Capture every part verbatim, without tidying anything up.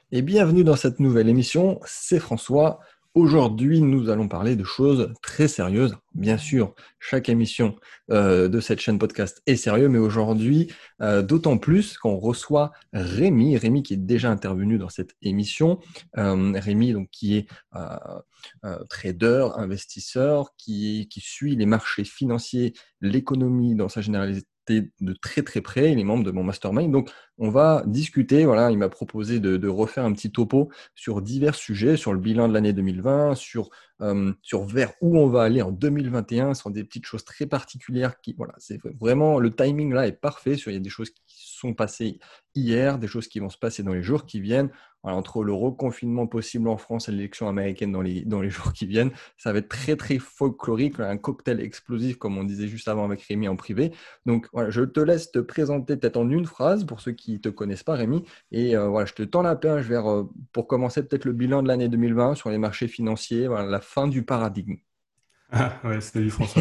Et bienvenue dans cette nouvelle émission, c'est François. Aujourd'hui, nous allons parler de choses très sérieuses. Bien sûr, chaque émission euh, de cette chaîne podcast est sérieuse, mais aujourd'hui, euh, d'autant plus qu'on reçoit Rémi, Rémi qui est déjà intervenu dans cette émission. Euh, Rémi, donc, qui est euh, euh, trader, investisseur, qui, qui suit les marchés financiers, l'économie dans sa généralité de très très près. Il est membre de mon mastermind. Donc, on va discuter. Voilà, il m'a proposé de, de refaire un petit topo sur divers sujets, sur le bilan de l'année deux mille vingt, sur, euh, sur vers où on va aller en deux mille vingt et un. Ce sont des petites choses très particulières qui, voilà, c'est vraiment, le timing là est parfait. Sur, il y a des choses qui sont passées hier, des choses qui vont se passer dans les jours qui viennent. Voilà, entre le reconfinement possible en France et l'élection américaine dans les, dans les jours qui viennent, ça va être très très folklorique, un cocktail explosif comme on disait juste avant avec Rémi en privé. Donc voilà, je te laisse te présenter peut-être en une phrase pour ceux qui ne te connaissent pas, Rémi. Et euh, voilà, je te tends la perche vers, euh, pour commencer peut-être le bilan de l'année deux mille vingt sur les marchés financiers, voilà, la fin du paradigme. Ah, ouais, salut François.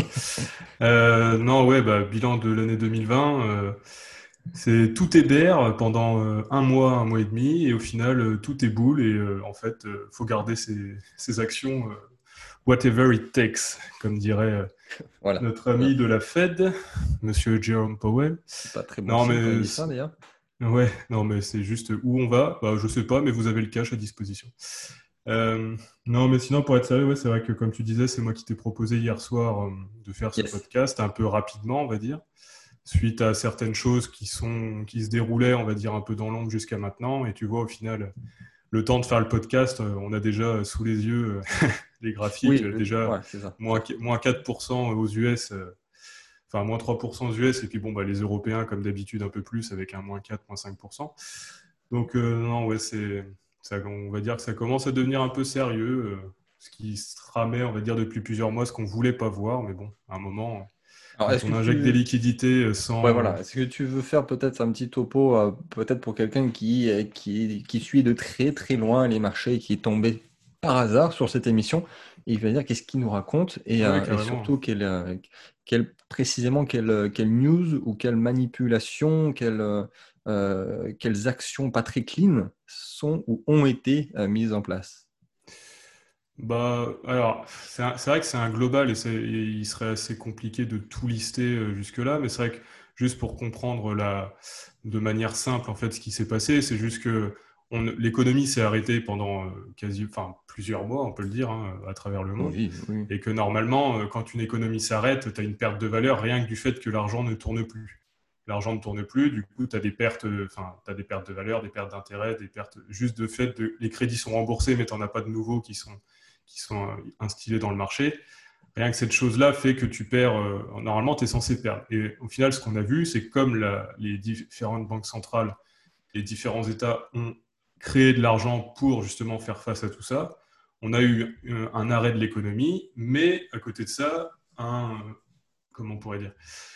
Euh, non, ouais, bah, bilan de l'année deux mille vingt, euh, c'est tout est bear pendant euh, un mois, un mois et demi, et au final, euh, tout est boule, et euh, en fait, euh, faut garder ses, ses actions, euh, whatever it takes, comme dirait euh, Voilà. notre Euh, ami de la Fed, Monsieur Jerome Powell. Pas très bon Non, signe quand il mais dit ça c'est- d'ailleurs. ouais, non, mais c'est juste où on va, bah, je sais pas, mais vous avez le cash à disposition. Euh, non, mais sinon, pour être sérieux, ouais, c'est vrai que comme tu disais, c'est moi qui t'ai proposé hier soir euh, de faire ce Yes. podcast un peu rapidement, on va dire, suite à certaines choses qui sont, qui se déroulaient, on va dire, un peu dans l'ombre jusqu'à maintenant. Et tu vois, au final, le temps de faire le podcast, euh, on a déjà euh, sous les yeux euh, les graphiques, Oui, euh, le- déjà ouais, c'est ça. moins, moins quatre pour cent aux U S, euh, enfin moins trois pour cent aux U S, et puis bon, bah, les Européens, comme d'habitude, un peu plus, avec un moins quatre, moins cinq pour cent. Donc, euh, non, ouais, c'est, ça, on va dire que ça commence à devenir un peu sérieux, euh, ce qui se tramait, on va dire, depuis plusieurs mois, ce qu'on voulait pas voir, mais bon, à un moment, Alors, quand est-ce que on injecte des tu, liquidités euh, ouais, sans... euh, voilà. Est-ce que tu veux faire peut-être un petit topo, euh, peut-être pour quelqu'un qui, euh, qui, qui suit de très très loin les marchés et qui est tombé par hasard sur cette émission, et il va dire qu'est-ce qu'il nous raconte et, Ouais, euh, et carrément. surtout quelle, euh, quelle- précisément quelle, euh, quelle news ou quelle manipulation, quelle, euh, euh, quelles actions pas très clean sont ou ont été euh, mises en place. Bah, alors, c'est un- c'est vrai que c'est un global et, c'est- et il serait assez compliqué de tout lister euh, jusque-là, mais c'est vrai que juste pour comprendre la, de manière simple en fait ce qui s'est passé, c'est juste que on- l'économie s'est arrêtée pendant euh, quasi, enfin plusieurs mois, on peut le dire, hein, à travers le monde, Oui, oui. et que normalement, euh, quand une économie s'arrête, tu as une perte de valeur rien que du fait que l'argent ne tourne plus. L'argent ne tourne plus, du coup, tu as des pertes, euh, enfin, tu des pertes de valeur, des pertes d'intérêt, des pertes juste de fait de les crédits sont remboursés, mais tu n'en as pas de nouveaux qui sont qui sont euh, instillés dans le marché. Rien que cette chose-là fait que tu perds, euh, normalement, tu es censé perdre. Et au final, ce qu'on a vu, c'est que comme la, les différentes banques centrales, les différents États ont créé de l'argent pour justement faire face à tout ça, on a eu euh, un arrêt de l'économie, mais à côté de ça, un, euh, comment on pourrait dire,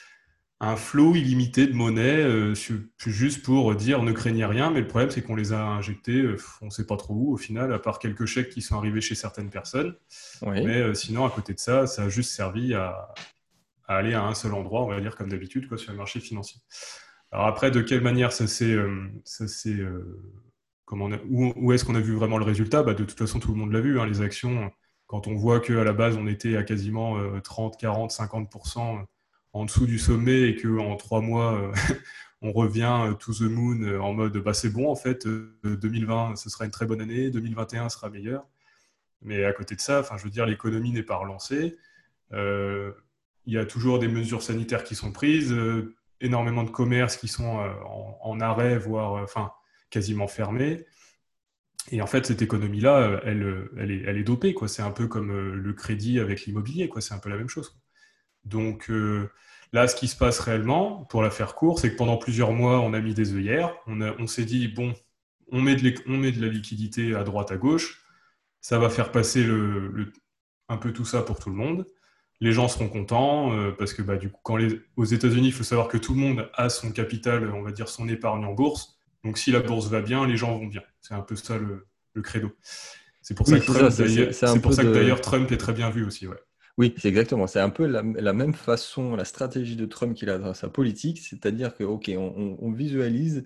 un flot illimité de monnaie, euh, juste pour dire ne craignez rien, mais le problème c'est qu'on les a injectés, euh, on ne sait pas trop où au final, à part quelques chèques qui sont arrivés chez certaines personnes. Oui. Mais euh, sinon, à côté de ça, ça a juste servi à, à aller à un seul endroit, on va dire comme d'habitude, quoi, sur le marché financier. Alors après, de quelle manière ça s'est, euh, ça s'est, euh, comment on a- où, où est-ce qu'on a vu vraiment le résultat? Bah, de toute façon, tout le monde l'a vu, hein, les actions. Quand on voit qu'à la base, on était à quasiment euh, trente, quarante, cinquante pour cent en dessous du sommet et qu'en trois mois, euh, on revient euh, to the moon euh, en mode bah, c'est bon, en fait, euh, deux mille vingt, ce sera une très bonne année, deux mille vingt et un sera meilleur. Mais à côté de ça, enfin, je veux dire, l'économie n'est pas relancée. Euh, il y a toujours des mesures sanitaires qui sont prises, euh, énormément de commerces qui sont euh, en, en arrêt, voire euh, enfin, quasiment fermés. Et en fait, cette économie-là, euh, elle, euh, elle est, elle est dopée, quoi. C'est un peu comme euh, le crédit avec l'immobilier, quoi. C'est un peu la même chose, quoi. Donc euh, là, ce qui se passe réellement, pour la faire court, c'est que pendant plusieurs mois, on a mis des œillères. On, a- on s'est dit, bon, on met, de, l'é- on met de la liquidité à droite, à gauche. Ça va faire passer le, le- un peu tout ça pour tout le monde. Les gens seront contents euh, parce que bah, du coup, quand les, aux États-Unis, il faut savoir que tout le monde a son capital, on va dire son épargne en bourse. Donc si la bourse va bien, les gens vont bien. C'est un peu ça le, le credo. C'est pour ça Oui, que c'est ça, Trump, c'est d'ailleurs, c'est- c'est un c'est pour peu ça que de... d'ailleurs Trump est très bien vu aussi. Ouais. Oui, c'est exactement. C'est un peu la, la même façon, la stratégie de Trump qu'il a dans sa politique, c'est-à-dire que, OK, on, on- on visualise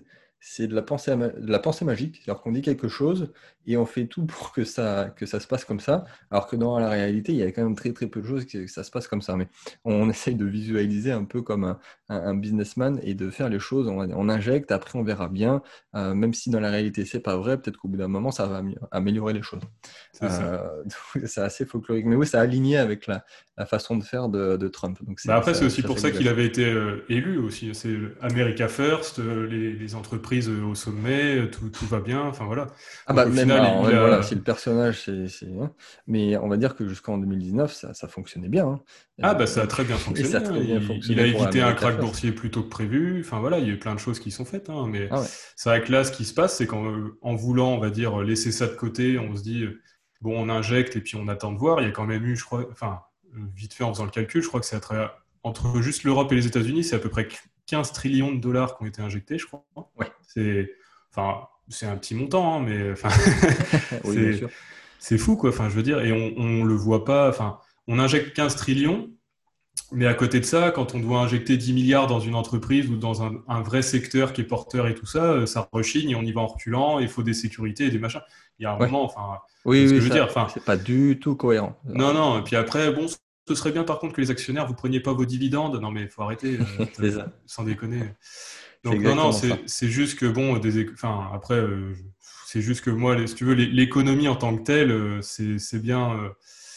c'est de la pensée, ama- de la pensée magique. C'est-à-dire qu'on dit quelque chose et on fait tout pour que ça, que ça se passe comme ça. Alors que dans la réalité, il y a quand même très très peu de choses que, que ça se passe comme ça. Mais on essaye de visualiser un peu comme un, un- un businessman et de faire les choses. On, on injecte, après on verra bien. Euh, même si dans la réalité c'est pas vrai, peut-être qu'au bout d'un moment ça va amé- améliorer les choses. C'est ça. Euh, donc, c'est assez folklorique. Mais oui, ça a aligné avec la, la façon de faire de, de Trump. Donc Bah c'est après, c'est c'est a- aussi c'est pour assez ça qu'il gageant. avait été euh, élu aussi. C'est America First, euh, les, les entreprises euh, au sommet, euh, tout, tout va bien. Enfin voilà. Ah Donc bah au même, final, alors, il même voilà, si a. le personnage c'est, c'est, hein. Mais on va dire que jusqu'en deux mille dix-neuf, ça, ça fonctionnait bien, hein. Ah bah Euh, ça a et puis très bien et ça a fonctionné, hein. très bien Il, il a fonctionné pour évité un America krach First. boursier plus tôt que prévu. Enfin voilà, il y a eu plein de choses qui sont faites, hein. Mais Ah ouais. c'est vrai que là, ce qui se passe, c'est qu'en euh, en voulant, on va dire, laisser ça de côté, on se dit, euh, bon, on injecte et puis on attend de voir. Il y a quand même eu, je crois, enfin, euh, vite fait en faisant le calcul, je crois que c'est à travers- entre juste l'Europe et les États-Unis, c'est à peu près quinze trillions de dollars qui ont été injectés, je crois. Ouais. C'est, enfin, c'est un petit montant, hein, mais enfin, Oui, bien c'est, sûr. c'est fou, quoi. Enfin, je veux dire, et on, on le voit pas. Enfin, on injecte quinze trillions. Mais à côté de ça, quand on doit injecter dix milliards dans une entreprise ou dans un, un vrai secteur qui est porteur et tout ça, euh, ça rechigne et on y va en reculant, et il faut des sécurités et des machins. Il y a un Ouais. moment, enfin, vous Oui, voyez ce que oui, je veux ça, dire? Enfin, c'est pas du tout cohérent. non, Alors, non. Et puis après, bon, ce serait bien par contre que les actionnaires, vous preniez pas vos dividendes. Non, mais il faut arrêter, euh, c'est ça. sans déconner. C'est Donc non, non, exactement c'est ça. c'est juste que bon, des, éc- enfin après, euh, je- c'est juste que moi, les- si tu veux, les- l'économie en tant que telle, euh, c'est c'est bien, euh,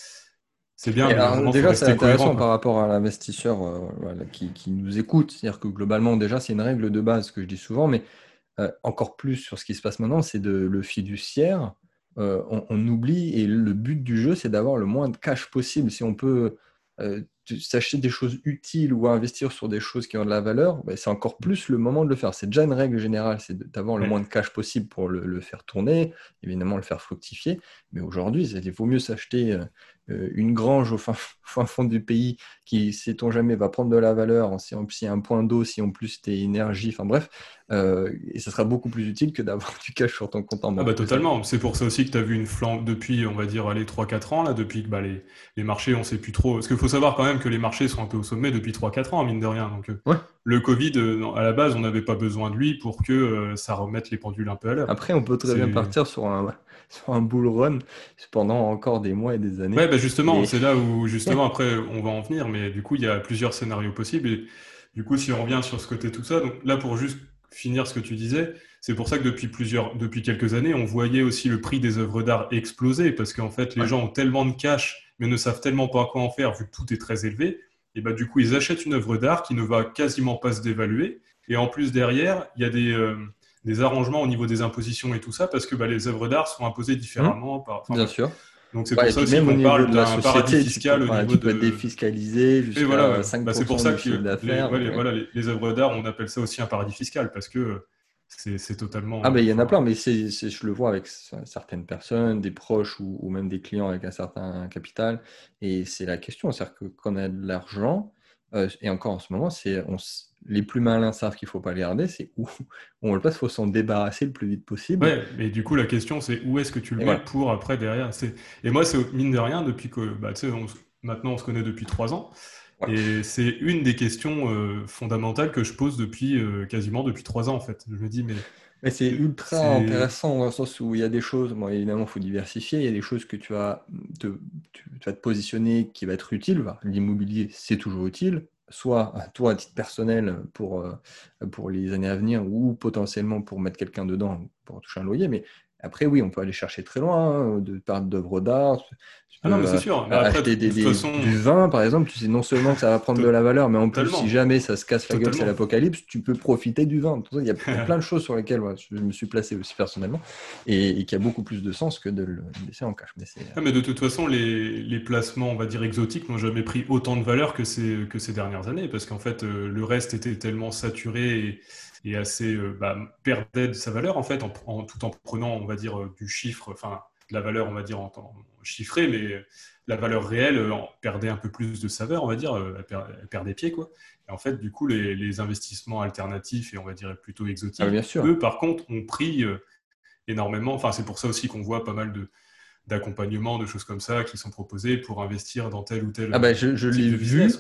c'est bien, Mais mais il y a un alors, moment, faut déjà, c'est rester cohérent, intéressant quoi. par rapport à l'investisseur euh, voilà, qui, qui nous écoute. C'est-à-dire que globalement, déjà, c'est une règle de base que je dis souvent, mais euh, encore plus sur ce qui se passe maintenant, c'est de le fiduciaire. Euh, on, on oublie, et le but du jeu, c'est d'avoir le moins de cash possible. Si on peut euh, tu- s'acheter des choses utiles ou investir sur des choses qui ont de la valeur, ben, c'est encore plus le moment de le faire. C'est déjà une règle générale, c'est de- d'avoir le moins Ouais. de cash possible pour le, le faire tourner, évidemment le faire fructifier. Mais aujourd'hui, c'est- il vaut mieux s'acheter euh, euh, une grange au fin, fin fond du pays qui, sait-on jamais, va prendre de la valeur, si en plus il y a un point d'eau, si en plus tu es énergie, enfin bref, euh, et ça sera beaucoup plus utile que d'avoir du cash sur ton compte en Ah banque. bah C'est ça. totalement. C'est pour ça aussi que tu as vu une flambe depuis, on va dire, allez, trois quatre ans, là, depuis que bah, les, les marchés, on sait plus trop. Parce qu'il faut savoir quand même que les marchés sont un peu au sommet depuis trois quatre ans, mine de rien. Donc euh, Ouais. le Covid, euh, à la base, on n'avait pas besoin de lui pour que euh, ça remette les pendules un peu à l'heure. Après, on peut très bien C'est... partir sur un, sur un bull run pendant encore des mois et des Ouais, années. bah justement, Et c'est là où justement après on va en venir, mais du coup il y a plusieurs scénarios possibles. Et du coup, si on revient sur ce côté tout ça, donc là pour juste finir ce que tu disais, c'est pour ça que depuis plusieurs, depuis quelques années, on voyait aussi le prix des œuvres d'art exploser parce qu'en fait les ouais, gens ont tellement de cash mais ne savent tellement pas quoi en faire vu que tout est très élevé. Et bah du coup ils achètent une œuvre d'art qui ne va quasiment pas se dévaluer. Et en plus derrière, il y a des euh, des arrangements au niveau des impositions et tout ça parce que bah, les œuvres d'art sont imposées hmm, différemment par, enfin bien bref. sûr. Donc c'est Ouais, pour et ça puis aussi même au qu'on niveau parle de la d'un paradis société, tu peux, fiscal au voilà, niveau tu peux être de... défiscalisé Et voilà, jusqu'à ouais. cinq Bah, c'est pour pour cent ça du que chiffre les, d'affaires. ouais, Donc, les- ouais. voilà, les, les œuvres d'art, on appelle ça aussi un paradis fiscal parce que c'est c'est Ah totalement... ben euh, il y en a plein, Enfin, mais c'est, c'est- je le vois avec c- certaines personnes, des proches ou, ou même des clients avec un certain capital. Et c'est la question, c'est-à-dire que quand on a de l'argent, euh, et encore en ce moment, c'est, on, s- les plus malins savent qu'il ne faut pas le garder, c'est où, où on le place, il faut s'en débarrasser le plus vite possible. ouais, mais du coup, la question, c'est où est-ce que tu le Et mets voilà. pour après, derrière. C'est... Et moi, c'est mine de rien, depuis que... Bah, tu sais, on s- maintenant, on se connaît depuis trois ans. Ouais. Et c'est une des questions euh, fondamentales que je pose depuis euh, quasiment depuis trois ans, en fait. Je me dis, mais Mais c'est euh, ultra c'est... intéressant dans le sens où il y a des choses, bon, évidemment, il faut diversifier, il y a des choses que tu vas te, tu tu vas te positionner qui va être utile. Bah, l'immobilier, c'est toujours utile, soit à toi à titre personnel pour, euh, pour les années à venir ou potentiellement pour mettre quelqu'un dedans pour toucher un loyer. Mais après, oui, on peut aller chercher très loin, hein, de parler d'œuvres d'art. Tu Ah non, mais peux c'est euh, sûr. Mais après, de acheter des, de toute des- façon, du vin, par exemple. Tu sais non seulement que ça va prendre de to- la valeur, mais en plus, si totalement. jamais ça se casse la gueule, c'est Totalement. l'apocalypse, tu peux profiter du vin. Il y a, il y a plein de choses sur lesquelles ouais, je me suis placé aussi personnellement et, et qui a beaucoup plus de sens que de le laisser en cash. Mais c'est, Ah, mais de toute façon, les, les placements, on va dire exotiques, n'ont jamais pris autant de valeur que ces, que ces dernières années, parce qu'en fait, euh, le reste était tellement saturé et, et assez euh, bah, perdait de sa valeur, en fait, en, en- tout en prenant, on va dire, euh, du chiffre, enfin, de la valeur, on va dire, en temps chiffré, mais la valeur réelle euh, en perdait un peu plus de saveur, on va dire, euh, elle, per- elle perdait pied, quoi. Et en fait, du coup, les, les investissements alternatifs et on va dire plutôt ah, exotiques, bien sûr. eux, par contre, ont pris euh, énormément. Enfin, c'est pour ça aussi qu'on voit pas mal de d'accompagnement, de choses comme ça qui sont proposées pour investir dans tel ou tel Ah bah, euh, je, je type l'ai de business. vu Ouais.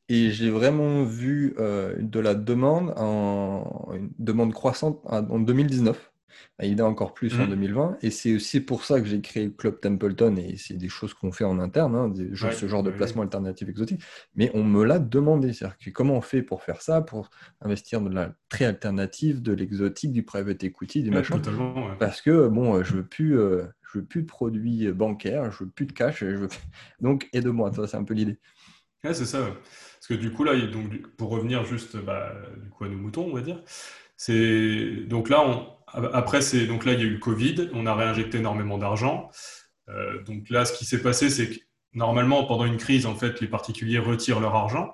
Et j'ai vraiment vu euh, de la demande, en, une demande croissante en en deux mille dix-neuf. Il y en a encore plus en Mmh. deux mille vingt. Et c'est aussi pour ça que j'ai créé le Club Templeton. Et c'est des choses qu'on fait en interne, hein, des- genre- Ouais, ce genre de bah oui. placement alternatif exotique. Mais on me l'a demandé. C'est-à-dire que comment on fait pour faire ça, pour investir de la très alternative, de l'exotique, du private equity, du Ouais, machin. totalement. Ouais. Parce que bon, euh, je veux plus, euh, je veux plus de produits bancaires, je veux plus de cash. Je veux... Donc aide-moi, ça c'est un peu l'idée. Ouais, c'est ça. Ouais. Parce que du coup, là, il- donc, du- pour revenir juste bah, du coup, à nos moutons, on va dire, c'est donc là, on, après, c'est donc là, il y a eu le Covid, on a réinjecté énormément d'argent. Euh, donc là, ce qui s'est passé, c'est que normalement, pendant une crise, en fait, les particuliers retirent leur argent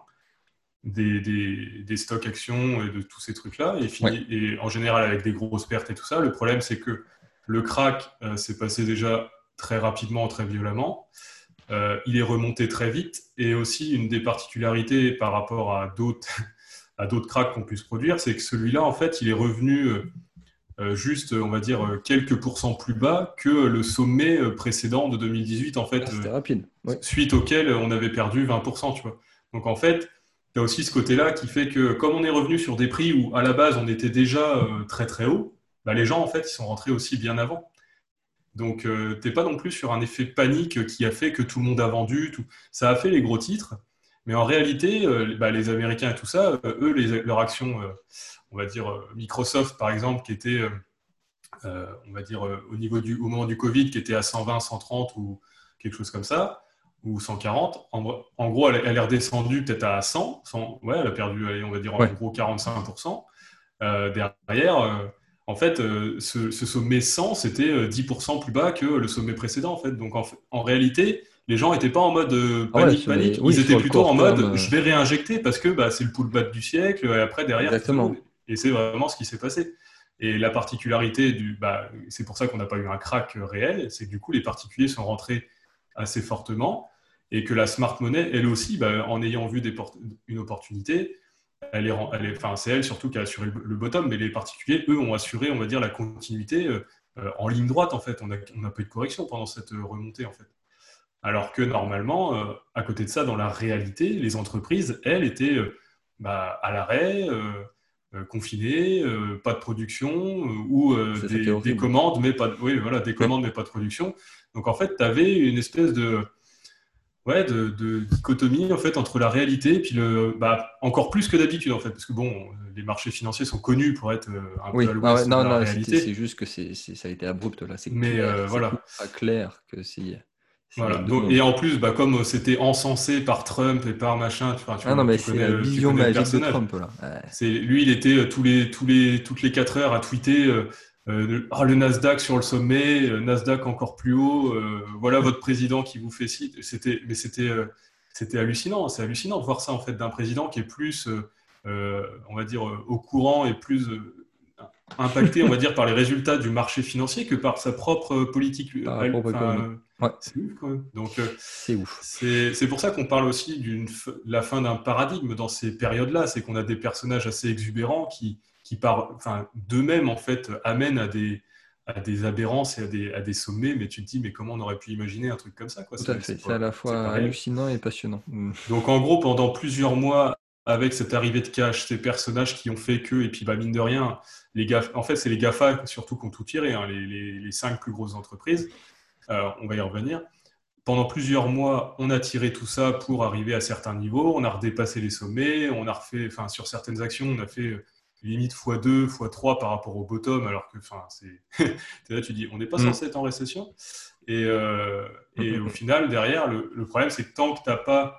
des, des, des stocks actions et de tous ces trucs-là, et, Ouais. fini, et en général avec des grosses pertes et tout ça. Le problème, c'est que le crack euh, s'est passé déjà très rapidement, très violemment. Euh, il est remonté très vite, et aussi une des particularités par rapport à d'autres à d'autres cracks qu'on puisse produire, c'est que celui-là, en fait, il est revenu euh, juste, on va dire, euh, quelques pourcents plus bas que le sommet euh, précédent de deux mille dix-huit, en Ah, fait, c'était euh, rapide. Ouais. suite auquel on avait perdu vingt pour cent, tu vois. Donc, en fait, tu as aussi ce côté-là qui fait que, comme on est revenu sur des prix où, à la base, on était déjà euh, très, très haut, bah, les gens, en fait, ils sont rentrés aussi bien avant. Donc, euh, t'es pas non plus sur un effet panique qui a fait que tout le monde a vendu. Tout. Ça a fait les gros titres, mais en réalité, euh, bah, les Américains et tout ça, euh, eux, les, leur action, euh, on va dire euh, Microsoft par exemple, qui était, euh, euh, on va dire euh, au niveau du, au moment du Covid, qui était à cent vingt, cent trente ou quelque chose comme ça, ou cent quarante. En, en gros, elle, elle est redescendue peut-être à cent, cent, ouais, elle a perdu, allez, on va dire en Ouais. gros quarante-cinq pour cent. Euh, derrière, euh, en fait, euh, ce, ce sommet cent, c'était euh, dix pour cent plus bas que le sommet précédent. En fait. Donc, en, fait- en réalité, les gens n'étaient pas en mode euh, Ah ouais, panique, sur les... panique. oui, Ils étaient sur le plutôt court en terme, mode euh, je vais réinjecter parce que bah, c'est le pullback du siècle. Et après, derrière, exactement. et c'est vraiment ce qui s'est passé. Et la particularité du, bah, c'est pour ça qu'on n'a pas eu un crack réel, c'est que du coup, les particuliers sont rentrés assez fortement et que la smart money, elle aussi, bah, en ayant vu des une opportunité, elle est, elle est, enfin, c'est elle surtout qui a assuré le, le bottom, mais les particuliers, eux, ont assuré, on va dire, la continuité euh, euh, en ligne droite, en fait. On n'a on a pas eu de correction pendant cette euh, remontée, en fait. Alors que normalement, euh, à côté de ça, dans la réalité, les entreprises, elles, étaient euh, bah, à l'arrêt, euh, euh, confinées, euh, pas de production, euh, ou euh, C'est ça qui est des, des horrible. commandes, mais pas de, oui, voilà, des Ouais. commandes, mais pas de production. Donc en fait, tu avais une espèce de, ouais, de, de dichotomie en fait entre la réalité et puis le, bah, encore plus que d'habitude en fait, parce que bon, les marchés financiers sont connus pour être euh, un peu Oui. à Ah ouais, l'ouest de non, la non, c'était, c'est réalité, juste que c'est, c'est- ça a été abrupt là. C'est mais clair, euh, c'est voilà. ultra clair que c'est, c'est il y a Voilà. deux Donc, et mondes. en plus, bah, comme c'était encensé par Trump et par machin, tu, enfin, Ah non, tu, mais tu c'est connais la le, tu vision connais le magique de personnage. Trump là. Ouais. C'est, lui, il était euh, tous les, tous les, toutes les quatre heures à tweeter euh, euh, ah, le Nasdaq sur le sommet, euh, Nasdaq encore plus haut, euh, voilà votre président qui vous fait ci. C'était, mais c'était, euh, c'était hallucinant. C'est hallucinant de voir ça en fait d'un président qui est plus, euh, euh, on va dire, euh, au courant et plus euh, impacté, on va dire, par les résultats du marché financier que par sa propre politique. Par euh, rapport à Enfin, économie. euh, Ouais, c'est ouf quand même. Donc, euh, c'est ouf. c'est c'est pour ça qu'on parle aussi d'une la fin d'un paradigme dans ces périodes-là. C'est qu'on a des personnages assez exubérants qui, qui par, enfin, d'eux-mêmes, en fait, amènent à des, à des aberrances et à des, à des sommets. Mais tu te dis, mais comment on aurait pu imaginer un truc comme ça, quoi? Tout à C'est fait. c'est C'est à la pas, c'est pas fois réel. hallucinant et passionnant. Mm. Donc, en gros, pendant plusieurs mois, avec cette arrivée de cash, ces personnages qui ont fait que, et puis, bah, mine de rien, les gars, en fait, c'est les GAFA surtout qui ont tout tiré, hein, les, les, les cinq plus grosses entreprises. Euh, on va y revenir. Pendant plusieurs mois, on a tiré tout ça pour arriver à certains niveaux. On a redépassé les sommets. On a refait, enfin, sur certaines actions, on a fait euh, limite fois deux, fois trois par rapport au bottom, alors que, enfin, c'est, t'es là, tu dis, on n'est pas Mm. censé être en récession. Et, euh, Mm, et mm, au mm. final, derrière, le, le problème, c'est que tant que tu n'as pas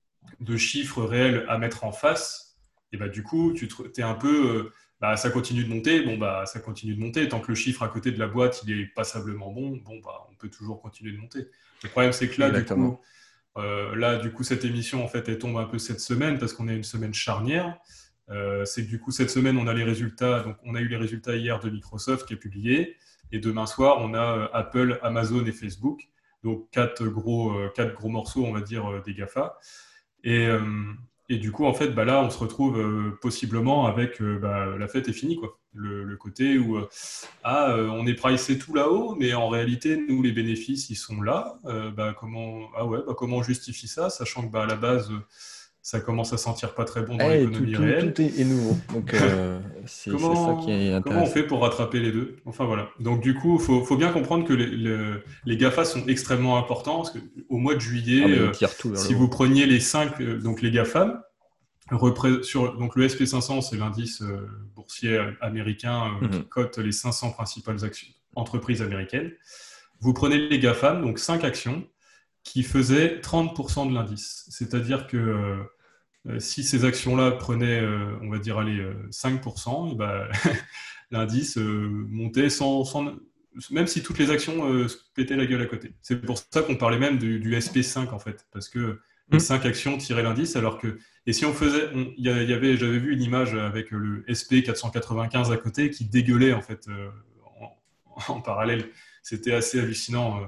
de chiffres réels à mettre en face, et bah, du coup, tu es un peu, euh, bah, ça continue de monter, bon, bah, ça continue de monter. Tant que le chiffre à côté de la boîte, il est passablement bon, bon, bah, on peut toujours continuer de monter. Le problème, c'est que là, du Exactement. coup, euh, là, du coup, cette émission, en fait, elle tombe un peu cette semaine parce qu'on a une semaine charnière. Euh, c'est que du coup, cette semaine, on a les résultats. Donc, on a eu les résultats hier de Microsoft qui est publié. Et demain soir, on a euh, Apple, Amazon et Facebook. Donc, quatre gros, euh, quatre gros morceaux, on va dire, euh, des GAFA. Et, euh, et du coup, en fait, bah là, on se retrouve euh, possiblement avec euh, bah, la fête est finie, quoi. Le, le côté où euh, ah, euh, on est pricé tout là-haut, mais en réalité, nous, les bénéfices, ils sont là. Euh, bah, comment, ah ouais, bah, comment on justifie ça, sachant que bah, à la base, ça commence à sentir pas très bon dans Eh, tout, l'économie tout, réelle. tout est, est nouveau. Donc, euh, c'est c'est ça qui est Comment, comment on intéressant. fait pour rattraper les deux? Enfin voilà. Donc du coup, il faut, faut bien comprendre que les, le- les GAFA sont extrêmement importants parce qu'au mois de Ah, juillet, mais il euh, tire tout vers le si vous haut. preniez les cinq, euh, donc les GAFAM, repré- sur, donc le S P cinq cents, c'est l'indice euh, boursier américain euh, qui Mhm. cote les cinq cents principales actions, entreprises américaines. Vous prenez les GAFAM, donc cinq actions, qui faisaient trente pour cent de l'indice. C'est-à-dire que euh, euh, si ces actions-là prenaient, euh, on va dire, allez, euh, cinq pour cent, et ben, l'indice euh, montait sans, sans- même si toutes les actions euh, se pétaient la gueule à côté. C'est pour ça qu'on parlait même du, du S P cinq, en fait, parce que les Mhm. cinq actions tiraient l'indice, alors que, et si on faisait, on- il y, a- il y avait, j'avais vu une image avec le S P quatre cent quatre-vingt-quinze à côté qui dégueulait, en fait, euh, en, en parallèle. C'était assez hallucinant. euh.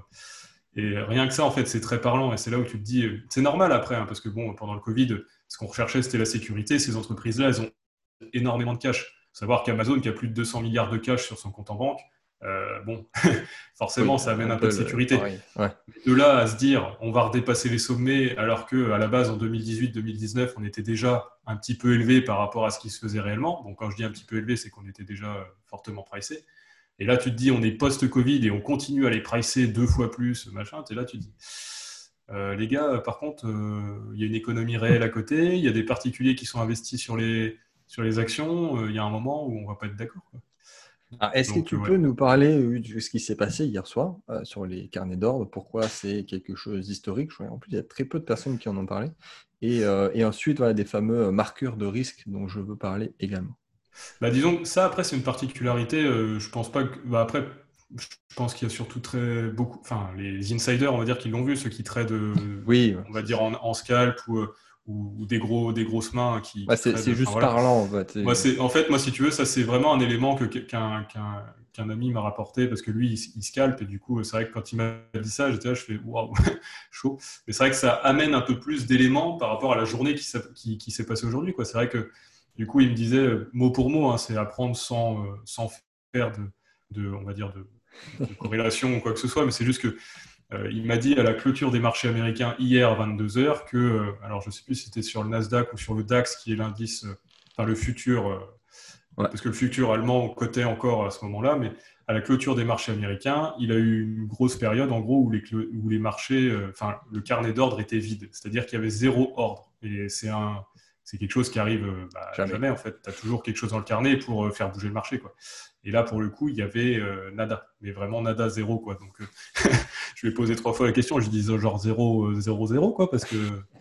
Et rien que ça, en fait, c'est très parlant. Et c'est là où tu te dis, euh, c'est normal après, hein, parce que bon, pendant le Covid, ce qu'on recherchait, c'était la sécurité. Ces entreprises-là, elles ont énormément de cash. Il faut savoir qu'Amazon, qui a plus de deux cents milliards de cash sur son compte en banque, euh, bon, Oui, forcément, ça amène un peu de Apple, euh, sécurité. pareil. Ouais. De là à se dire, on va redépasser les sommets, alors que à la base, en deux mille dix-huit deux mille dix-neuf, on était déjà un petit peu élevé par rapport à ce qui se faisait réellement. Donc, quand je dis un petit peu élevé, c'est qu'on était déjà euh, fortement pricé. Et là, tu te dis, on est post-Covid et on continue à les pricer deux fois plus, machin. Et là, tu te dis, euh, les gars, par contre, euh, il y a une économie réelle à côté, il y a des particuliers qui sont investis sur les, sur les actions. euh, Il y a un moment où on va pas être d'accord, quoi. Alors, est-ce que Donc, euh, tu ouais. peux nous parler euh, de ce qui s'est passé hier soir euh, sur les carnets d'ordre? Pourquoi c'est quelque chose d'historique? Je vois, en plus, il y a très peu de personnes qui en ont parlé. Et, euh, et ensuite, voilà, des fameux marqueurs de risque dont je veux parler également. Bah, disons que ça, après, c'est une particularité. euh, je pense pas que. Bah, après, je pense qu'il y a surtout très beaucoup. Enfin, les insiders, on va dire, qui l'ont vu, ceux qui tradent, euh, Oui, ouais, on va c'est dire, ça. en, en scalp ou, euh, ou, ou des, gros, des grosses mains qui, Ouais, qui c'est tradent. c'est Enfin, juste voilà. parlant, en fait. Moi, C'est- c'est, en fait, moi, si tu veux, ça, c'est vraiment un élément que, qu'un, qu'un, qu'un ami m'a rapporté parce que lui, il, il scalpe et du coup, c'est vrai que quand il m'a dit ça, j'étais là, je fais waouh, chaud. Mais c'est vrai que ça amène un peu plus d'éléments par rapport à la journée qui, s'est- qui, qui s'est passée aujourd'hui, quoi. C'est vrai que du coup, il me disait euh, mot pour mot, hein, c'est apprendre sans, euh, sans faire de, de, on va dire, de, de corrélation ou quoi que ce soit, mais c'est juste que euh, il m'a dit à la clôture des marchés américains hier à vingt-deux heures que, euh, alors je ne sais plus si c'était sur le Nasdaq ou sur le DAX, qui est l'indice, euh, enfin le futur, euh, Ouais. parce que le futur allemand cotait encore à ce moment-là, mais à la clôture des marchés américains, il a eu une grosse période en gros où les, où les marchés, euh, enfin le carnet d'ordre était vide, c'est-à-dire qu'il y avait zéro ordre. Et c'est un, c'est quelque chose qui arrive euh, bah, Jamais. jamais en fait. Tu as toujours quelque chose dans le carnet pour euh, faire bouger le marché, quoi. Et là, pour le coup, il y avait euh, nada, mais vraiment nada, zéro, quoi. Donc, euh, je lui ai posé trois fois la question, je dis genre zéro, euh, zéro, zéro, quoi, parce que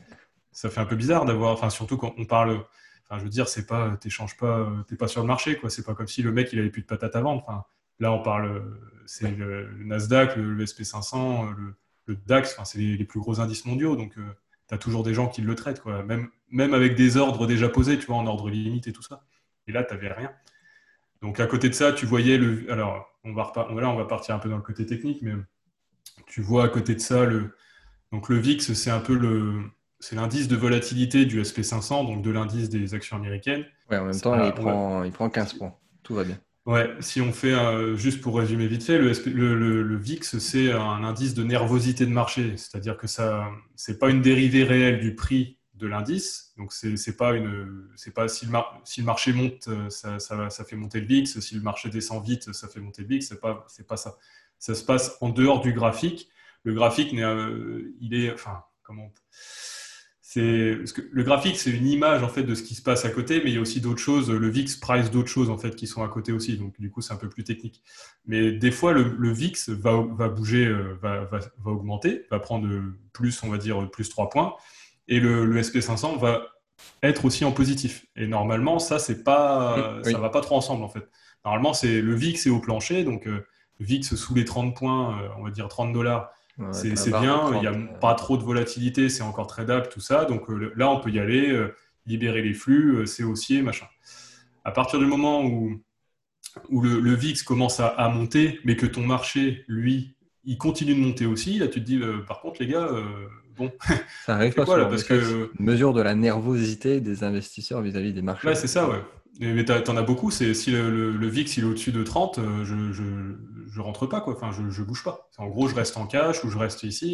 ça fait un peu bizarre d'avoir, enfin, surtout quand on parle, enfin, je veux dire, c'est pas, t'échanges pas, euh, t'es pas sur le marché, quoi. C'est pas comme si le mec, il avait plus de patates à vendre. Enfin, là, on parle, euh, c'est le, le Nasdaq, le, le S P cinq cents, euh, le, le DAX, enfin, c'est les, les plus gros indices mondiaux, donc euh, tu as toujours des gens qui le traitent, quoi. Même, même avec des ordres déjà posés, tu vois, en ordre limite et tout ça. Et là, t'avais rien. Donc, à côté de ça, tu voyais le, alors, on va repart... là, on va partir un peu dans le côté technique, mais tu vois à côté de ça le, donc le V I X, c'est un peu le, c'est l'indice de volatilité du S P cinq cents, donc de l'indice des actions américaines. Ouais, en même temps, il Ça, on va- prend, il prend quinze si, points. Tout va bien. ouais, si on fait un- juste pour résumer vite fait, le, S P le, le- le V I X, c'est un indice de nervosité de marché, c'est-à-dire que ça, c'est pas une dérivée réelle du prix de l'indice. Donc c'est c'est pas une, c'est pas si le, mar- si le marché monte, euh, ça, ça, va- ça fait monter le V I X. Si le marché descend vite, ça fait monter le V I X. C'est pas, c'est pas ça. Ça se passe en dehors du graphique. Le graphique, n'est, euh, il est, enfin, comment c'est parce que le graphique, c'est une image en fait de ce qui se passe à côté, mais il y a aussi d'autres choses. Le V I X price d'autres choses en fait qui sont à côté aussi, donc du coup c'est un peu plus technique. Mais des fois, le, le V I X va, va bouger, euh, va, va, va augmenter, va prendre plus, on va dire plus trois points, et le, le S P cinq cents va être aussi en positif. Et normalement, ça c'est Mm, pas, ça oui. va pas trop ensemble en fait. Normalement, c'est le V I X est au plancher, donc euh, le V I X sous les trente points, euh, on va dire trente dollars. Ouais, C'est t'as la c'est barre de bien, il n'y a trente. euh, pas trop de volatilité, c'est encore tradable, tout ça. Donc euh, là, on peut y aller, euh, libérer les flux, euh, c'est haussier, machin. À partir du moment où, où le, le V I X commence à, à monter, mais que ton marché, lui, il continue de monter aussi, là, tu te dis, euh, par contre, les gars, euh, bon, Ça on arrive fait pas quoi là? souvent, mais Parce c'est vrai que c'est que une mesure de la nervosité des investisseurs vis-à-vis des marchés, là, c'est ça, effectivement. ouais. Et- Mais t'as- t'en as beaucoup, c'est si le, le- le V I X il est au-dessus de trente, euh, je, je, je rentre pas, quoi. Enfin, je, je bouge pas. En gros, je reste en cash ou je reste ici. Et,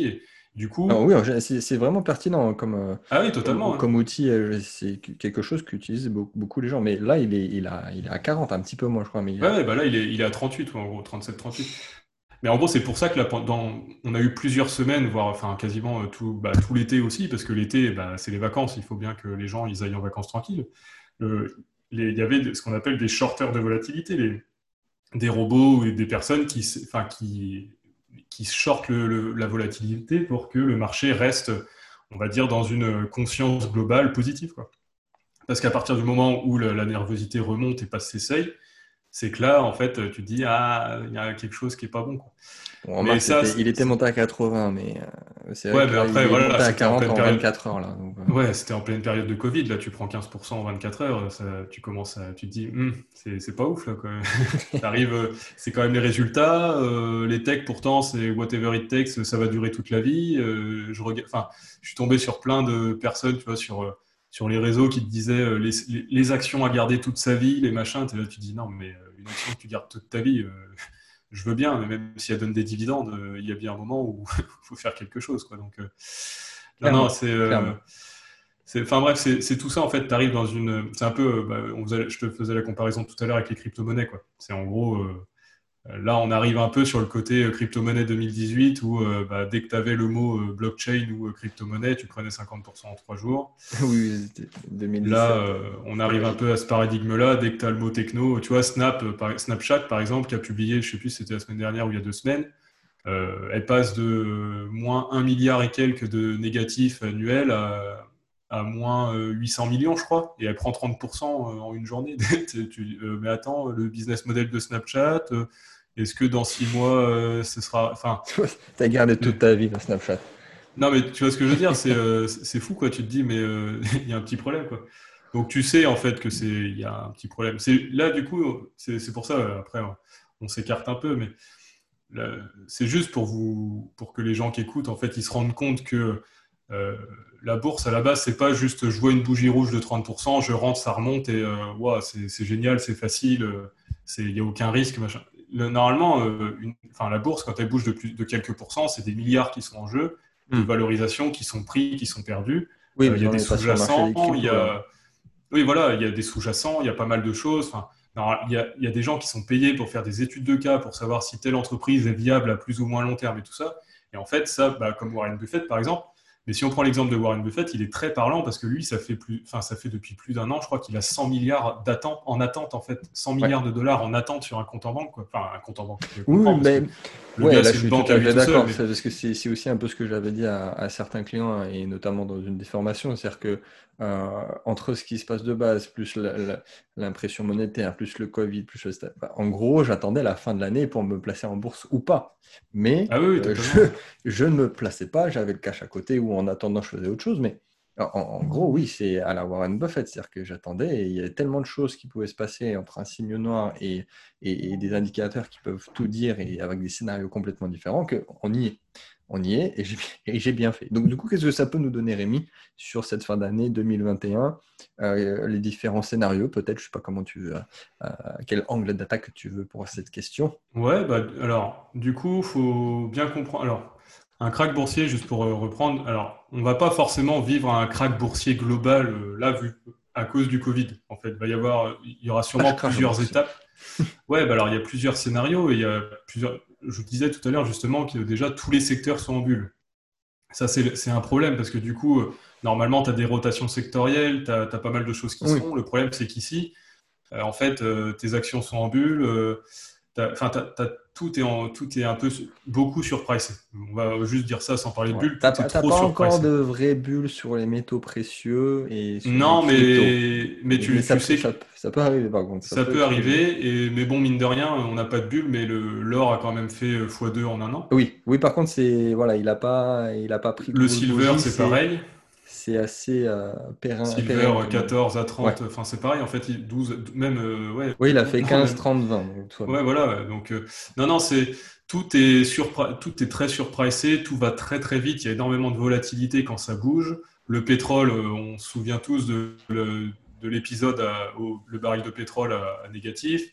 Du coup, Alors oui, c'est c'est vraiment pertinent comme, euh, ah oui, comme, totalement. Hein. comme outil. euh, C'est quelque chose qu'utilisent beaucoup, beaucoup les gens. Mais là, il est, il a, il est à quarante, un petit peu moins, je crois. Mais il Ouais, a... ouais, bah là, il est, il est à trente-huit, ouais, en gros, trente-sept, trente-huit. Mais en gros, c'est pour ça que là, pendant, on a eu plusieurs semaines, voire enfin quasiment euh, tout, bah, tout l'été aussi, parce que l'été, bah, c'est les vacances. Il faut bien que les gens ils aillent en vacances tranquilles. Le- les- il y avait ce qu'on appelle des shorteurs de volatilité, les, des robots ou des personnes qui, s- enfin, qui, qui shortent le- le- la volatilité pour que le marché reste, on va dire, dans une conscience globale positive, quoi. Parce qu'à partir du moment où la, la nervosité remonte et passe ses seuils, c'est que là, en fait, tu te dis, ah, il y a quelque chose qui est pas bon, quoi. On Mais remarque, ça, c'était, c'est, il était c'est- monté à quatre-vingts, mais euh, c'est vrai ouais, que mais là, il après, est voilà, monté à c'était en quarante pleine en période. vingt-quatre heures. Là, donc, euh, Ouais, c'était en pleine période de Covid. Là, tu prends quinze pour cent en vingt-quatre heures, ça, tu commences à, tu te dis, Hum, c'est, c'est pas ouf, là, quoi. T'arrives, euh, c'est quand même les résultats. euh, les techs, pourtant, c'est whatever it takes, ça va durer toute la vie. Euh, je regarde, enfin, je suis tombé sur plein de personnes, tu vois, sur, euh, sur les réseaux qui te disaient euh, les, les, les actions à garder toute sa vie, les machins. T'es là, tu te dis, non, mais euh, une action que tu gardes toute ta vie, euh, je veux bien, mais même si elle donne des dividendes, euh, il y a bien un moment où il faut faire quelque chose, quoi. Donc, euh, non, non, clairement, c'est. euh, clairement. c'est, enfin bref, c'est c'est tout ça en fait. Tu arrives dans une, c'est un peu, euh, bah, on faisait- je te faisais la comparaison tout à l'heure avec les crypto-monnaies quoi. C'est en gros, euh, là on arrive un peu sur le côté euh, crypto-monnaie deux mille dix-huit où euh, bah, dès que tu avais le mot euh, blockchain ou euh, crypto-monnaie, tu prenais cinquante pour cent en trois jours. Oui, c'était Là, deux mille dix-sept, euh, euh, on c'était arrive un magique. peu à ce paradigme-là. Dès que tu as le mot techno, tu vois, Snap, euh, par- Snapchat par exemple, qui a publié, je sais plus, si c'était la semaine dernière ou il y a deux semaines. Euh, elle passe de euh, moins un milliard et quelques de négatifs annuels à, à moins euh, huit cents millions, je crois, et elle prend trente pour cent en une journée. Tu- tu- euh, mais attends, le business model de Snapchat, euh, est-ce que dans six mois, euh, ce sera... Enfin, T'as gardé euh, toute ta vie le Snapchat. non, mais tu vois ce que je veux dire, c'est euh, c'est fou, quoi. Tu te dis, mais euh, il y a un petit problème, quoi. Donc tu sais, en fait, que c'est il y a un petit problème. C'est là, du coup, c'est c'est pour ça, euh, après, on, on s'écarte un peu, mais là, c'est juste pour vous, pour que les gens qui écoutent, en fait, ils se rendent compte que euh, la bourse, à la base, c'est pas juste je vois une bougie rouge de trente pour cent, je rentre, ça remonte et euh, ouah, c'est c'est génial, c'est facile, euh, c'est il y a aucun risque, machin. Le- normalement, euh, une, enfin, la bourse, quand elle bouge de plus de quelques pourcents, c'est des milliards qui sont en jeu, de Hmm. valorisation qui sont pris, qui sont perdus. Oui, Euh, mais Il y a on des n'est pas sur le marché sous-jacents, des il y cryptos là. a oui, voilà, il y a des sous-jacents, il y a pas mal de choses. Enfin, non, il y a, il y a des gens qui sont payés pour faire des études de cas pour savoir si telle entreprise est viable à plus ou moins long terme et tout ça. Et en fait, ça, bah, comme Warren Buffett par exemple. Mais si on prend l'exemple de Warren Buffett, il est très parlant parce que lui, ça fait plus, enfin, ça fait depuis plus d'un an, je crois qu'il a cent milliards d'attente, en attente en fait, cent Ouais. milliards de dollars en attente sur un compte en banque, quoi. Enfin, un compte en banque, je Oui, comprends parce que mais le ouais, gars, là c'est je une suis tout banque à à lui fait tout seul. d'accord. Mais C'est parce que c'est c'est aussi un peu ce que j'avais dit à, à certains clients hein, et notamment dans une des formations, c'est-à-dire que euh, entre ce qui se passe de base, plus la- la- l'impression monétaire, plus le Covid, plus le sta- bah, en gros, j'attendais la fin de l'année pour me placer en bourse ou pas. Mais ah oui, oui, euh, totalement. je, Ouais. je ne me plaçais pas, j'avais le cash à côté ou en attendant je faisais autre chose. Mais en, en gros, oui, c'est à la Warren Buffett, c'est-à-dire que j'attendais et il y avait tellement de choses qui pouvaient se passer entre un signe noir et et, et des indicateurs qui peuvent tout dire et avec des scénarios complètement différents, qu'on y est. On y est et j'ai, et j'ai bien fait. Donc, du coup, qu'est-ce que ça peut nous donner, Rémi, sur cette fin d'année deux mille vingt et un euh, les différents scénarios, peut-être, je ne sais pas comment tu veux, euh, quel angle d'attaque tu veux pour cette question. Ouais, bah, alors, du coup, faut bien comprendre. Alors, un krach boursier, juste pour euh, reprendre, alors, on va pas forcément vivre un krach boursier global, euh, là, vu à cause du Covid. En fait, il va y avoir, il y aura sûrement Crash, crash plusieurs boursier. étapes. Ouais, bah alors, il y a plusieurs scénarios et il y a plusieurs. Je vous disais tout à l'heure, justement, que déjà, tous les secteurs sont en bulle. Ça, c'est, c'est un problème parce que du coup, euh, normalement, tu as des rotations sectorielles, tu as pas mal de choses qui se Oui, font. Le problème, c'est qu'ici, euh, en fait, euh, tes actions sont en bulle. euh, t'as- Enfin, t'as- t'as- tout est en, tout est un peu beaucoup surpricé. On va juste dire ça sans parler de ouais. bulle. T'as Tout est pas, t'as trop pas encore surpricé. de vraies bulles sur les métaux précieux et sur les Non, cryptos. mais mais Mais tu, ça tu peut, sais que ça, peut- ça peut arriver, par contre. Ça ça peut peut exploser. arriver. Et mais bon, mine de rien, on n'a pas de bulle, mais le l'or a quand même fait euh, fois deux en un an. Oui, oui, par contre, c'est voilà, il a pas, il a pas pris Le grosse silver, bougie, c'est c'est pareil. c'est assez euh, périn- Silver pérenne euh, comme. quatorze à Ouais. trente, enfin c'est pareil. En fait, il- douze, même euh, ouais, Oui, il a on- fait non quinze, même trente, vingt, donc tout va bien. ouais, voilà. Ouais. Donc, euh, non, non, c'est tout est surpri- tout est très surpricé, tout va très très vite. Il y a énormément de volatilité quand ça bouge. Le pétrole, euh, on se souvient tous de, le- de l'épisode à- au le baril de pétrole à, à négatif.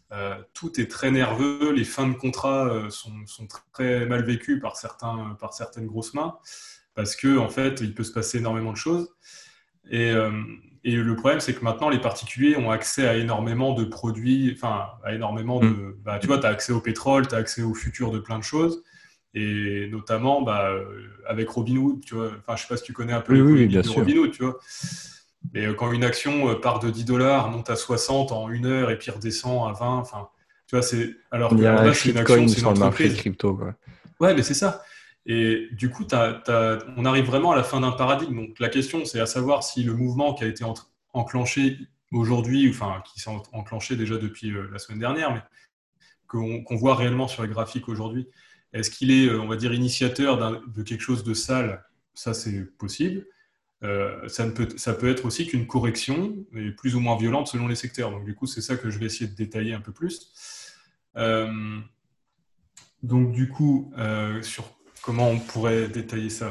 Euh, tout est très nerveux, les fins de contrat euh, sont, sont très mal vécues par, certains, par certaines grosses mains, parce que en fait, il peut se passer énormément de choses. Et, euh, et le problème, c'est que maintenant, les particuliers ont accès à énormément de produits, enfin, à énormément Mm. de... Bah, tu vois, tu as accès au pétrole, tu as accès au futur de plein de choses, et notamment bah, euh, avec Robinhood, tu vois. Enfin, je sais pas si tu connais un peu Oui, les oui, oui, polémiques bien de sûr. Robinhood, tu vois. Mais euh, quand une action euh, part de dix dollars, monte à soixante en une heure, et puis redescend à vingt, enfin, tu vois, c'est... Alors Il y qu'à a la un base, c'est une action, shitcoin c'est une sur le marché entreprise. crypto, quoi. Ouais, mais c'est ça. Et du coup, t'as- t'as- on arrive vraiment à la fin d'un paradigme. Donc la question, c'est à savoir si le mouvement qui a été entre- enclenché aujourd'hui, enfin qui s'est en- enclenché déjà depuis euh, la semaine dernière, mais qu'on qu'on voit réellement sur les graphiques aujourd'hui, est-ce qu'il est, euh, on va dire, initiateur d'un- de quelque chose de sale? Ça, c'est possible. Euh, ça, ne peut, ça peut être aussi qu'une correction, mais plus ou moins violente selon les secteurs. Donc du coup, c'est ça que je vais essayer de détailler un peu plus. Euh, donc, du coup, euh, sur comment on pourrait détailler ça.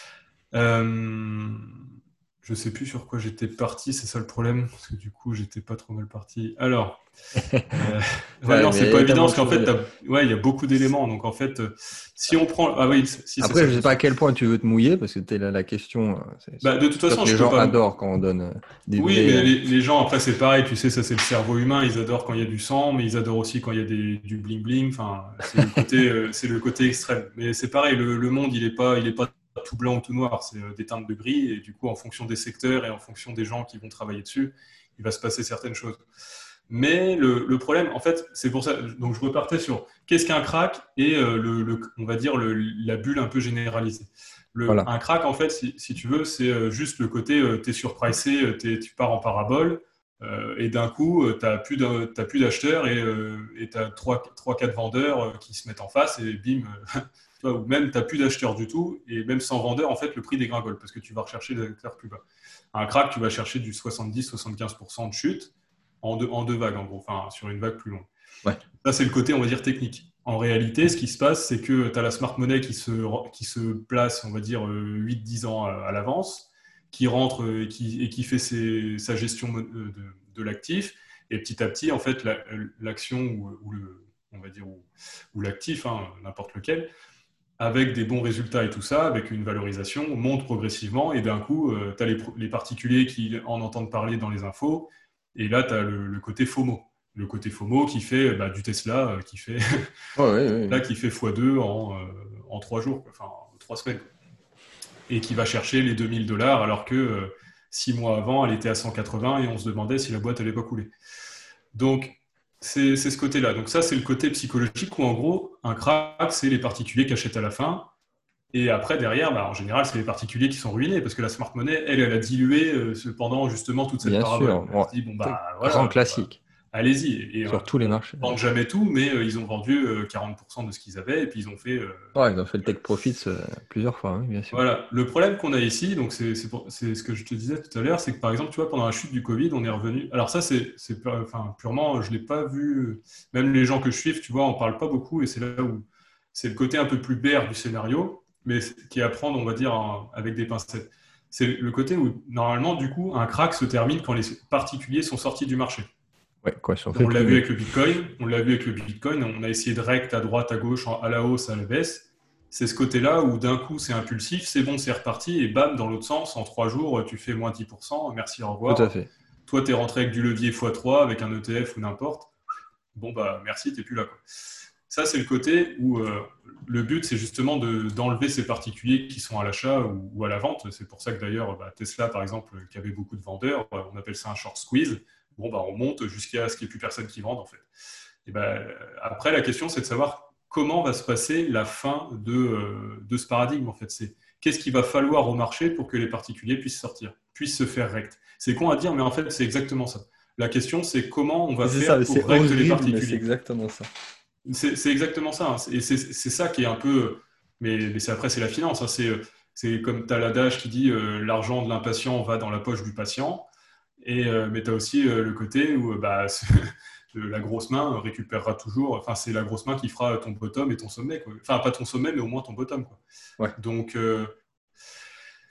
Euh, je sais plus sur quoi j'étais parti, c'est ça le problème, parce que du coup, j'étais pas trop mal parti. Alors, euh, ouais, Ouais, non, mais c'est il y pas a évident, tellement parce de qu'en choses à fait, dire. t'as- ouais, il y a beaucoup d'éléments. Donc, en fait, euh, si on prend. Ah oui, si, c'est Après, ça, je je sais me pas à souviens. quel point tu veux te mouiller, parce que t'es là, la question. euh, C'est Bah, sûr de toute sûr façon, que les je peux gens pas. me- adorent quand on donne euh, des Oui, vrais. mais euh, les, les gens, après, c'est pareil, tu sais, ça, c'est le cerveau humain. Ils adorent quand il y a du sang, mais ils adorent aussi quand il y a des, du bling-bling. Enfin, c'est le côté, euh, c'est le côté extrême. Mais c'est pareil, le, le monde, il est pas, il est pas tout blanc ou tout noir. C'est euh, des teintes de gris. Et du coup, en fonction des secteurs et en fonction des gens qui vont travailler dessus, il va se passer certaines choses. Mais le, le problème, en fait, c'est pour ça. Donc, je repartais sur qu'est-ce qu'un crack et euh, le, le- on va dire le- la bulle un peu généralisée. Le, Voilà. un crack, en fait, si, si tu veux, c'est euh, juste le côté, euh, tu es surpricé, euh, t'es- tu pars en parabole, euh, et d'un coup, tu n'as plus d'un- t'as plus d'acheteurs et tu as trois quatre vendeurs euh, qui se mettent en face, et bim, euh, tu vois, ou même tu n'as plus d'acheteurs du tout, et même sans vendeur, en fait, le prix dégringole, parce que tu vas rechercher des acteurs plus bas. Un crack, tu vas chercher du soixante-dix à soixante-quinze pour cent de chute en deux, en deux vagues, en gros, enfin, sur une vague plus longue. Ouais. Ça, c'est le côté, on va dire, technique. En réalité, ce qui se passe, c'est que tu as la smart money qui se, qui se place, on va dire, huit dix ans à, à l'avance, qui rentre euh, et qui, et qui fait ses, sa gestion de, de, de l'actif. Et petit à petit, en fait, la, l'action ou, ou, le, on va dire, ou, ou l'actif, hein, n'importe lequel, avec des bons résultats et tout ça, avec une valorisation, monte progressivement. Et d'un coup, euh, tu as les, les particuliers qui en entendent parler dans les infos. Et là, tu as le, le côté FOMO. Le côté FOMO qui fait bah, du Tesla, euh, qui fait Ouais, ouais, ouais, là ouais. qui fait fois deux en, euh, en trois jours, quoi. Enfin en trois semaines, quoi. Et qui va chercher les deux mille dollars alors que euh, six mois avant, elle était à cent quatre-vingts et on se demandait si la boîte allait pas couler. Donc, c'est c'est ce côté-là. Donc ça, c'est le côté psychologique où, en gros, un crack, c'est les particuliers qui achètent à la fin. Et après, derrière, bah, en général, c'est les particuliers qui sont ruinés parce que la smart money, elle, elle a dilué euh, pendant justement toute cette Bien parabole. sûr. Elle Ouais. se dit, bon, C'est bah grand voilà, bon, bah, classique allez-y. Et, euh, sur tous les bon, marchés. ils vendent jamais tout, mais euh, ils ont vendu euh, quarante pour cent de ce qu'ils avaient et puis ils ont fait. Euh, Ouais, ils ont fait le take profits euh, plusieurs fois, oui, bien sûr. voilà. Le problème qu'on a ici, donc c'est c'est pour- c'est ce que je te disais tout à l'heure, c'est que par exemple, tu vois, pendant la chute du Covid, on est revenu. Alors ça, c'est c'est pas- enfin, purement, je l'ai pas vu. Même les gens que je suis, tu vois, on parle pas beaucoup et c'est là où c'est le côté un peu plus bear du scénario, mais qui est à prendre, on va dire, en- avec des pincettes. C'est le côté où normalement, du coup, un crack se termine quand les particuliers sont sortis du marché. Ouais, quoi, ils sont fait On l'a vu plumer. avec le Bitcoin, on l'a vu avec le Bitcoin, on a essayé de rect à droite, à gauche, à la hausse, à la baisse. C'est ce côté-là où d'un coup c'est impulsif, c'est bon, c'est reparti, et bam, dans l'autre sens, en trois jours, tu fais moins dix pour cent, merci, au Tout à revoir. fait. Toi, tu es rentré avec du levier fois trois, avec un E T F ou n'importe. Bon, bah merci, tu n'es plus là, quoi. Ça, c'est le côté où euh, le but, c'est justement de, d'enlever ces particuliers qui sont à l'achat ou, ou à la vente. C'est pour ça que d'ailleurs, bah, Tesla, par exemple, qui avait beaucoup de vendeurs, on appelle ça un short squeeze. Bon, bah, on monte jusqu'à ce qu'il n'y ait plus personne qui vende, en fait. Et ben, après, la question, c'est de savoir comment va se passer la fin de, euh, de ce paradigme. En fait, c'est qu'est-ce qu'il va falloir au marché pour que les particuliers puissent sortir, puissent se faire rect. C'est con à dire, mais en fait, c'est exactement ça. La question, c'est comment on va C'est ça, faire c'est pour rect les horrible, mais c'est particuliers. exactement ça. C'est c'est exactement ça. Hein. Et c'est c'est ça qui est un peu. Mais, mais c'est après, c'est la finance. Hein. C'est c'est comme tu as l'adage qui dit euh, l'argent de l'impatient va dans la poche du patient. Et, euh, mais tu as aussi euh, le côté où euh, bah, la grosse main récupérera toujours. Enfin, c'est la grosse main qui fera ton bottom et ton sommet, quoi. Enfin, pas ton sommet, mais au moins ton bottom, quoi. Ouais. Donc, euh,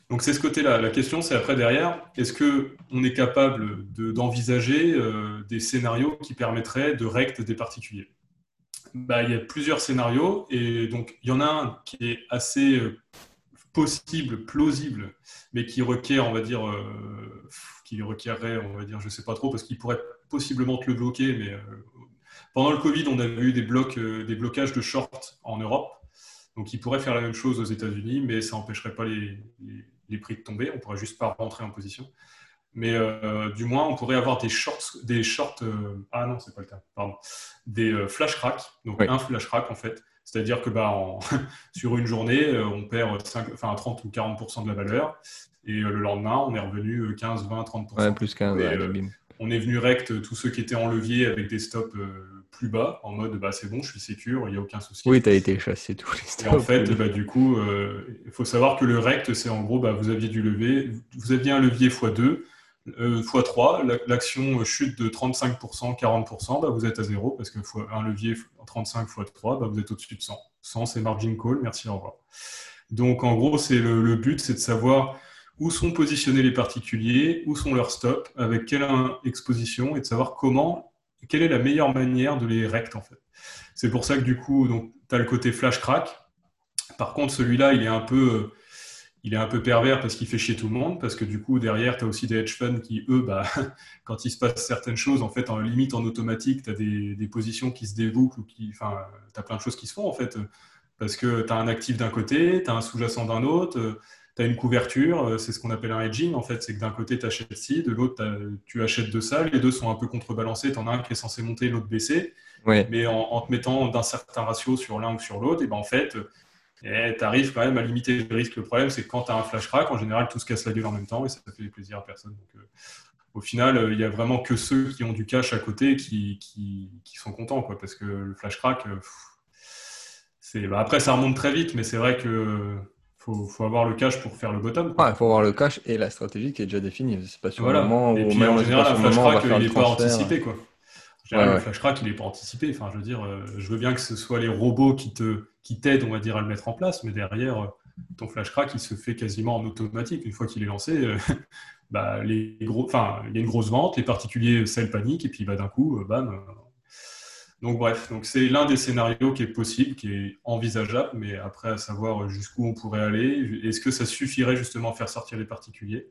Donc c'est ce côté-là. La question, c'est après derrière, est-ce qu'on est capable de, d'envisager euh, des scénarios qui permettraient de rect des particuliers? Bah, il y a plusieurs scénarios, et donc il y en a un qui est assez euh, possible, plausible, mais qui requiert, on va dire, euh, qui requierrait, on va dire, je sais pas trop, parce qu'il pourrait possiblement te le bloquer, mais euh, pendant le Covid, on a eu des blocs, euh, des blocages de short en Europe. Donc, ils pourraient faire la même chose aux États-Unis, mais ça n'empêcherait pas les, les, les prix de tomber. On pourrait juste pas rentrer en position. Mais euh, du moins, on pourrait avoir des shorts, des shorts. Euh, ah non, c'est pas le cas. Pardon. Des euh, flash cracks. Donc Oui. un flash crack en fait. C'est-à-dire que bah, en, sur une journée, euh, on perd cinq, enfin, trente ou quarante pour cent de la valeur. Et euh, le lendemain, on est revenu quinze, vingt, trente pour cent. Ouais, plus quinze, Et allez, euh, bim. on est venu rect tous ceux qui étaient en levier avec des stops euh, plus bas, en mode bah, c'est bon, je suis sécure, il n'y a aucun souci. Oui, tu as été chassé tous les stops. Et en fait, bah, du coup, il euh, faut savoir que le rect, c'est en gros, bah, vous aviez du levier, vous aviez un levier fois deux, euh, fois trois, l'action chute de trente-cinq pour cent, quarante pour cent, bah, vous êtes à zéro, parce que un levier trente-cinq fois trois, bah, vous êtes au-dessus de cent. cent, c'est margin call, merci, au revoir. Donc, en gros, c'est le, le but, c'est de savoir où sont positionnés les particuliers, où sont leurs stops, avec quelle exposition, et de savoir comment, quelle est la meilleure manière de les rect, en fait. C'est pour ça que du coup, tu as le côté flash crack. Par contre, celui-là, il est un peu, il est un peu pervers parce qu'il fait chier tout le monde, parce que du coup, derrière, tu as aussi des hedge funds qui, eux, bah, quand il se passe certaines choses, en fait, en limite, en automatique, tu as des, des positions qui se débouclent, ou qui, enfin, tu as plein de choses qui se font, en fait, parce que tu as un actif d'un côté, tu as un sous-jacent d'un autre, tu as une couverture, c'est ce qu'on appelle un hedging, en fait, c'est que d'un côté, tu achètes ci, de l'autre, tu achètes de ça, les deux sont un peu contrebalancés, tu en as un qui est censé monter, l'autre baisser, Ouais. mais en, en te mettant d'un certain ratio sur l'un ou sur l'autre, et ben en fait, tu arrives quand même à limiter le risque. Le problème, c'est que quand tu as un flash crack, en général, tout se casse la gueule en même temps et ça fait plaisir à personne. Donc, euh, au final, il euh, n'y a vraiment que ceux qui ont du cash à côté qui, qui, qui sont contents, quoi, parce que le flash crack, euh, c'est... Bah, après, ça remonte très vite, mais c'est vrai que faut, faut avoir le cash pour faire le bottom. Il faut avoir le cash et la stratégie qui est déjà définie. C'est pas sur le Voilà. moment, Et ou puis, même en c'est pas général, sur un le flash moment, on va crack, faire il le n'est pas transfert. anticipé, quoi. En général, Ouais, le ouais. flash crack, il n'est pas anticipé. Enfin, je veux dire, euh, je veux bien que ce soit les robots qui te, qui t'aident, on va dire, à le mettre en place, mais derrière, euh, ton flash crack, il se fait quasiment en automatique. Une fois qu'il est lancé, euh, bah, les gros, enfin, il y a une grosse vente, les particuliers sell panique, et puis bah, d'un coup, euh, bam. Euh. Donc bref, donc c'est l'un des scénarios qui est possible, qui est envisageable, mais après à savoir jusqu'où on pourrait aller, est-ce que ça suffirait justement à faire sortir les particuliers?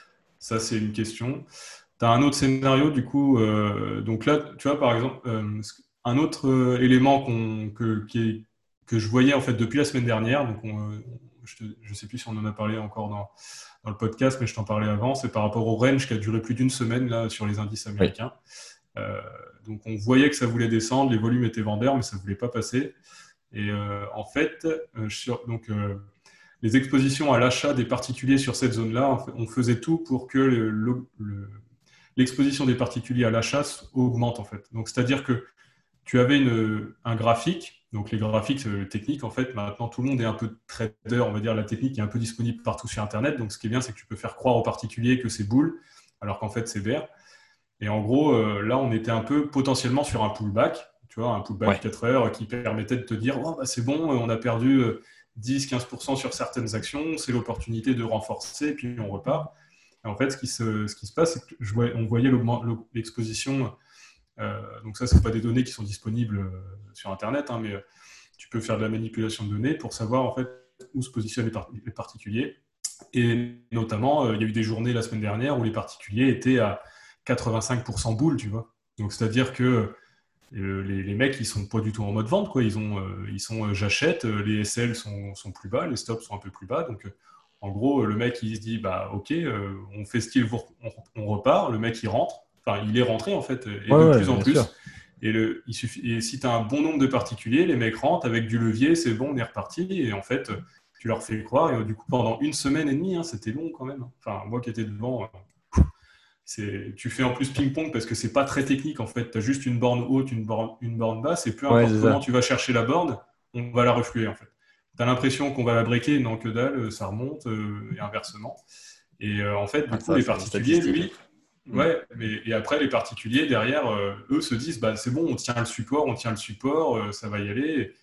Ça, c'est une question. Tu as un autre scénario, du coup, euh, donc là, tu vois, par exemple, euh, un autre euh, élément qu'on, que, qui est, que je voyais en fait depuis la semaine dernière, donc on, on, je ne sais plus si on en a parlé encore dans, dans le podcast, mais je t'en parlais avant, c'est par rapport au range qui a duré plus d'une semaine là, sur les indices américains. Oui. Euh, donc on voyait que ça voulait descendre, les volumes étaient vendeurs, mais ça ne voulait pas passer. Et euh, en fait, euh, sur, donc, euh, les expositions à l'achat des particuliers sur cette zone-là, on faisait tout pour que le, le, le, l'exposition des particuliers à l'achat augmente en fait. Donc c'est-à-dire que tu avais une, un graphique, donc les graphiques euh, techniques en fait, maintenant tout le monde est un peu trader, on va dire la technique est un peu disponible partout sur Internet, donc ce qui est bien c'est que tu peux faire croire aux particuliers que c'est bull, alors qu'en fait c'est bear. Et en gros, euh, là on était un peu potentiellement sur un pullback, tu vois, un pullback ouais. quatre heures qui permettait de te dire oh, bah, c'est bon, on a perdu euh, dix à quinze pour cent sur certaines actions, c'est l'opportunité de renforcer, puis on repart. Et en fait, ce qui se, ce qui se passe, c'est que je voyais, on voyait l'exposition. Euh, donc ça, ce n'est pas des données qui sont disponibles euh, sur Internet, hein, mais euh, tu peux faire de la manipulation de données pour savoir en fait où se positionnent les, par les particuliers. Et notamment, euh, il y a eu des journées la semaine dernière où les particuliers étaient à quatre-vingt-cinq pour cent bull, tu vois. Donc c'est-à-dire que euh, les, les mecs, ils sont pas du tout en mode vente, quoi. Ils ont, euh, ils sont, euh, j'achète, les S L sont, sont plus bas, les stops sont un peu plus bas, donc euh, en gros, le mec, il se dit, bah, ok, euh, on fait style, on, on repart. Le mec, il rentre. Enfin, il est rentré, en fait, et ouais, de ouais, plus en plus. Sûr. Et, le, il suffit, et si tu as un bon nombre de particuliers, les mecs rentrent avec du levier, c'est bon, on est reparti. Et en fait, tu leur fais croire. Et du coup, pendant une semaine et demie, hein, c'était long quand même. Enfin, moi qui étais devant, euh, c'est, tu fais en plus ping-pong parce que c'est pas très technique, en fait. Tu as juste une borne haute, une borne, une borne basse. Et peu importe ouais, comment ça. Tu vas chercher la borne, on va la refluer, en fait. Tu as l'impression qu'on va la breaker, non, que dalle, ça remonte, euh, et inversement. Et euh, en fait, du ah, coup, ça, les particuliers, lui, ouais, mais et après, les particuliers, derrière, euh, eux se disent, bah, c'est bon, on tient le support, on tient le support, euh, ça va y aller.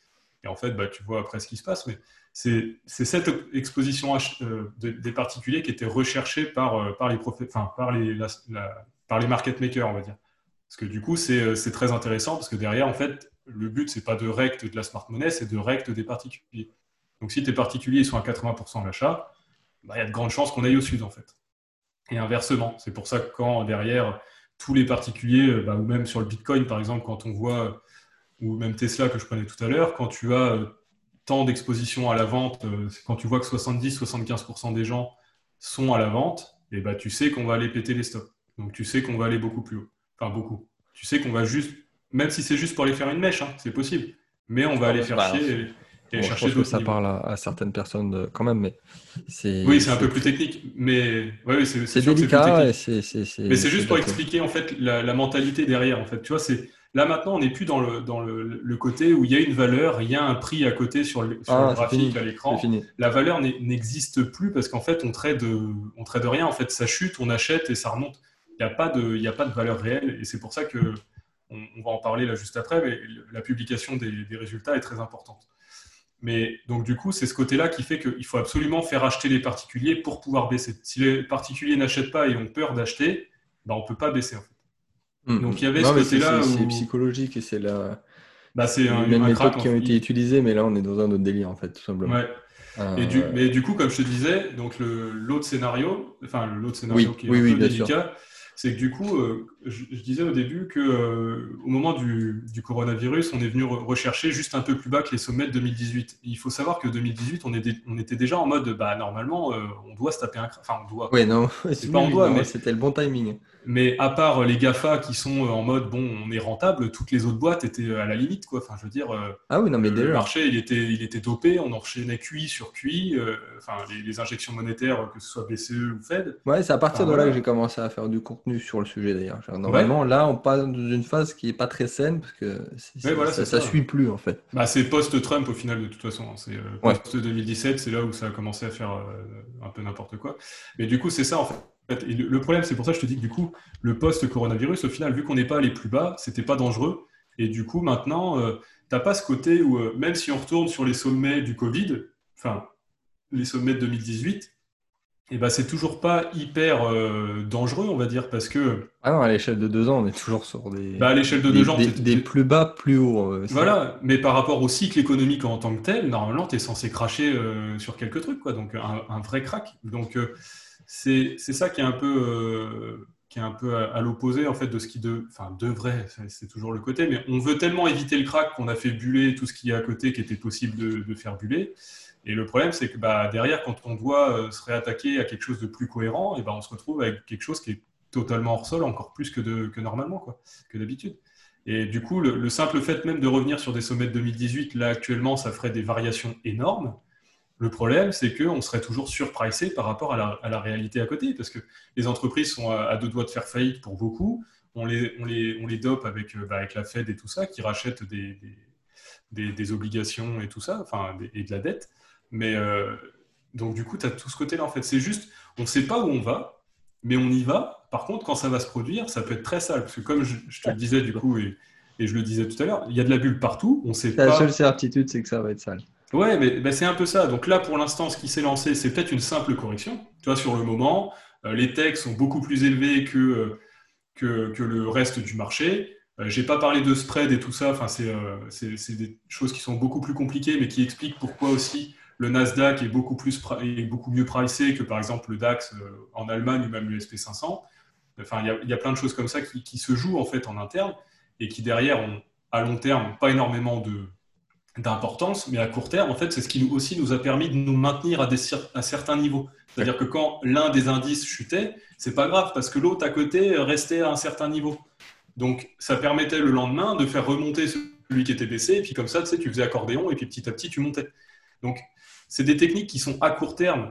Et en fait, bah, tu vois après ce qui se passe. Mais c'est, c'est cette exposition euh, de, des particuliers qui était recherchée par, euh, par, les, prof... enfin, par, les, la, la, par les market makers, on va dire. Parce que du coup, c'est, c'est très intéressant parce que derrière, en fait, le but, c'est pas de rect de la smart money, c'est de rect des particuliers. Donc si tes particuliers sont à quatre-vingts pour cent à l'achat, bah, il y a de grandes chances qu'on aille au sud, en fait. Et inversement, c'est pour ça que quand derrière tous les particuliers, bah, ou même sur le Bitcoin par exemple, quand on voit, ou même Tesla que je prenais tout à l'heure, quand tu as euh, tant d'exposition à la vente, euh, quand tu vois que soixante-dix à soixante-quinze pour cent des gens sont à la vente, et bah, tu sais qu'on va aller péter les stops. Donc tu sais qu'on va aller beaucoup plus haut. Enfin beaucoup. Tu sais qu'on va juste, même si c'est juste pour aller faire une mèche, hein, c'est possible. Mais on va Ah aller ouais, faire bah, chier et, et aller bon, je chercher pense que d'autres ça niveaux. parle à, à certaines personnes de- quand même, mais Oui, c'est, c'est un c'est, peu plus technique, mais ouais, oui, c'est c'est c'est sûr que c'est plus délicat et technique. c'est, c'est, Mais c'est, c'est c'est juste pour bateau. expliquer en fait la, la mentalité derrière. En fait, tu vois, c'est là maintenant on n'est plus dans le dans le, le côté où il y a une valeur, il y a un prix à côté sur le sur le Ah, c'est graphique fini, à c'est l'écran. fini. La valeur n'est- n'existe plus parce qu'en fait on trade on trade rien. En fait, ça chute, on achète et ça remonte. Il n'y a pas de il y a pas de valeur réelle et c'est pour ça que on, on va en parler là juste après. Mais la publication des, des résultats est très importante. Mais donc du coup, c'est ce côté-là qui fait qu'il faut absolument faire acheter les particuliers pour pouvoir baisser. Si les particuliers n'achètent pas et ont peur d'acheter, ben, on ne peut pas baisser en fait. Mm, Donc il y mm. avait ce Non, mais c'est, c'est, côté-là c'est où psychologique et c'est la, bah, c'est c'est les un, mêmes un méthodes crack. En qui ont fait. été Il- utilisées, mais là, on est dans un autre délire, en fait, tout simplement. ouais. Et du, Euh, mais du coup, comme je te disais, donc le, l'autre scénario, enfin l'autre scénario oui, qui est oui, un oui, peu bien sûr. délicat, c'est que du coup, euh, je, je disais au début que euh, au moment du, du coronavirus, on est venu re- rechercher juste un peu plus bas que les sommets de deux mille dix-huit. Il faut savoir que deux mille dix-huit, on, est dé- on était déjà en mode, bah normalement, euh, on doit se taper un, cra- enfin on doit. Oui, non, oui, C'est pas oui, on oui, doit, non, mais c'était le bon timing. mais à part les GAFA qui sont en mode bon, on est rentable, toutes les autres boîtes étaient à la limite, quoi. Enfin, je veux dire, euh, Ah oui, non, mais le, le déjà. marché, il était, il était dopé, on enchaînait Q I sur Q I, euh, enfin, les, les injections monétaires, que ce soit B C E ou Fed. Ouais, c'est à partir Enfin, de là que j'ai voilà. commencé à faire du contenu sur le sujet d'ailleurs. Genre, Ouais, normalement, là, on passe dans une phase qui est pas très saine parce que c'est- ouais, c'est- voilà, ça, c'est ça ça. suit plus en fait. Bah, c'est post-Trump au final, de toute façon, hein. C'est euh, Ouais. post-deux mille dix-sept, c'est là où ça a commencé à faire euh, un peu n'importe quoi. Mais du coup, c'est ça en fait. Et le, le problème, c'est pour ça que je te dis que du coup, le post-coronavirus, au final, vu qu'on n'est pas allé plus bas, c'était pas dangereux. Et du coup, maintenant, euh, t'as pas ce côté où, euh, même si on retourne sur les sommets du Covid, enfin, les sommets de deux mille dix-huit, et ben, c'est toujours pas hyper euh, dangereux, on va dire, parce que Ah non, à l'échelle de deux ans, on est toujours sur bah, des, à l'échelle de des, deux gens, des, t'es- des t'es- plus bas, plus hauts. euh, c'est... voilà, mais par rapport au cycle économique en tant que tel, normalement, tu es censé cracher euh, sur quelques trucs, quoi. Donc un, un vrai crack. Donc euh, c'est c'est ça qui est un peu, euh, qui est un peu à, à l'opposé en fait de ce qui de, enfin, devrait, c'est c'est toujours le côté, mais on veut tellement éviter le crack qu'on a fait buller tout ce qui est à côté qui était possible de, de faire buller. Et le problème, c'est que bah, derrière, quand on doit euh, se réattaquer à quelque chose de plus cohérent, et ben on se retrouve avec quelque chose qui est totalement hors sol, encore plus que, de, que normalement, quoi, que d'habitude. Et du coup, le, le simple fait même de revenir sur des sommets de deux mille dix-huit, là actuellement, ça ferait des variations énormes. Le problème, c'est qu'on serait toujours surpricé par rapport à la, à la réalité à côté, parce que les entreprises sont à, à deux doigts de faire faillite pour beaucoup. On les, on les, on les dope avec, euh, bah, avec la Fed et tout ça, qui rachètent des, des, des, des obligations et tout ça, enfin, des- et de la dette. Mais euh, donc, du coup, tu as tout ce côté-là, en fait. C'est juste, on ne sait pas où on va, mais on y va. Par contre, quand ça va se produire, ça peut être très sale. Parce que comme je, je te le disais, du coup, et, et je le disais tout à l'heure, il y a de la bulle partout. On ne sait La seule pas. certitude, c'est que ça va être sale. Ouais, mais bah, c'est un peu ça. Donc là, pour l'instant, ce qui s'est lancé, c'est peut-être une simple correction. Tu vois, sur le moment, euh, les techs sont beaucoup plus élevés que, euh, que, que le reste du marché. Euh, j'ai pas parlé de spread et tout ça. Enfin, c'est euh, c'est c'est des choses qui sont beaucoup plus compliquées, mais qui expliquent pourquoi aussi le Nasdaq est beaucoup plus pri- est beaucoup mieux pricé que par exemple le DAX euh, en Allemagne ou même le S P cinq cents. Enfin, il y a, il y a plein de choses comme ça qui, qui se jouent en fait en interne et qui derrière ont à long terme pas énormément de d'importance, mais à court terme, en fait, c'est ce qui nous- aussi nous a permis de nous maintenir à, des, cir- à certains niveaux. C'est-à-dire que quand l'un des indices chutait, c'est pas grave parce que l'autre à côté restait à un certain niveau. Donc, ça permettait le lendemain de faire remonter celui qui était baissé, et puis comme ça, tu sais, tu faisais accordéon, et puis petit à petit, tu montais. Donc, c'est des techniques qui sont à court terme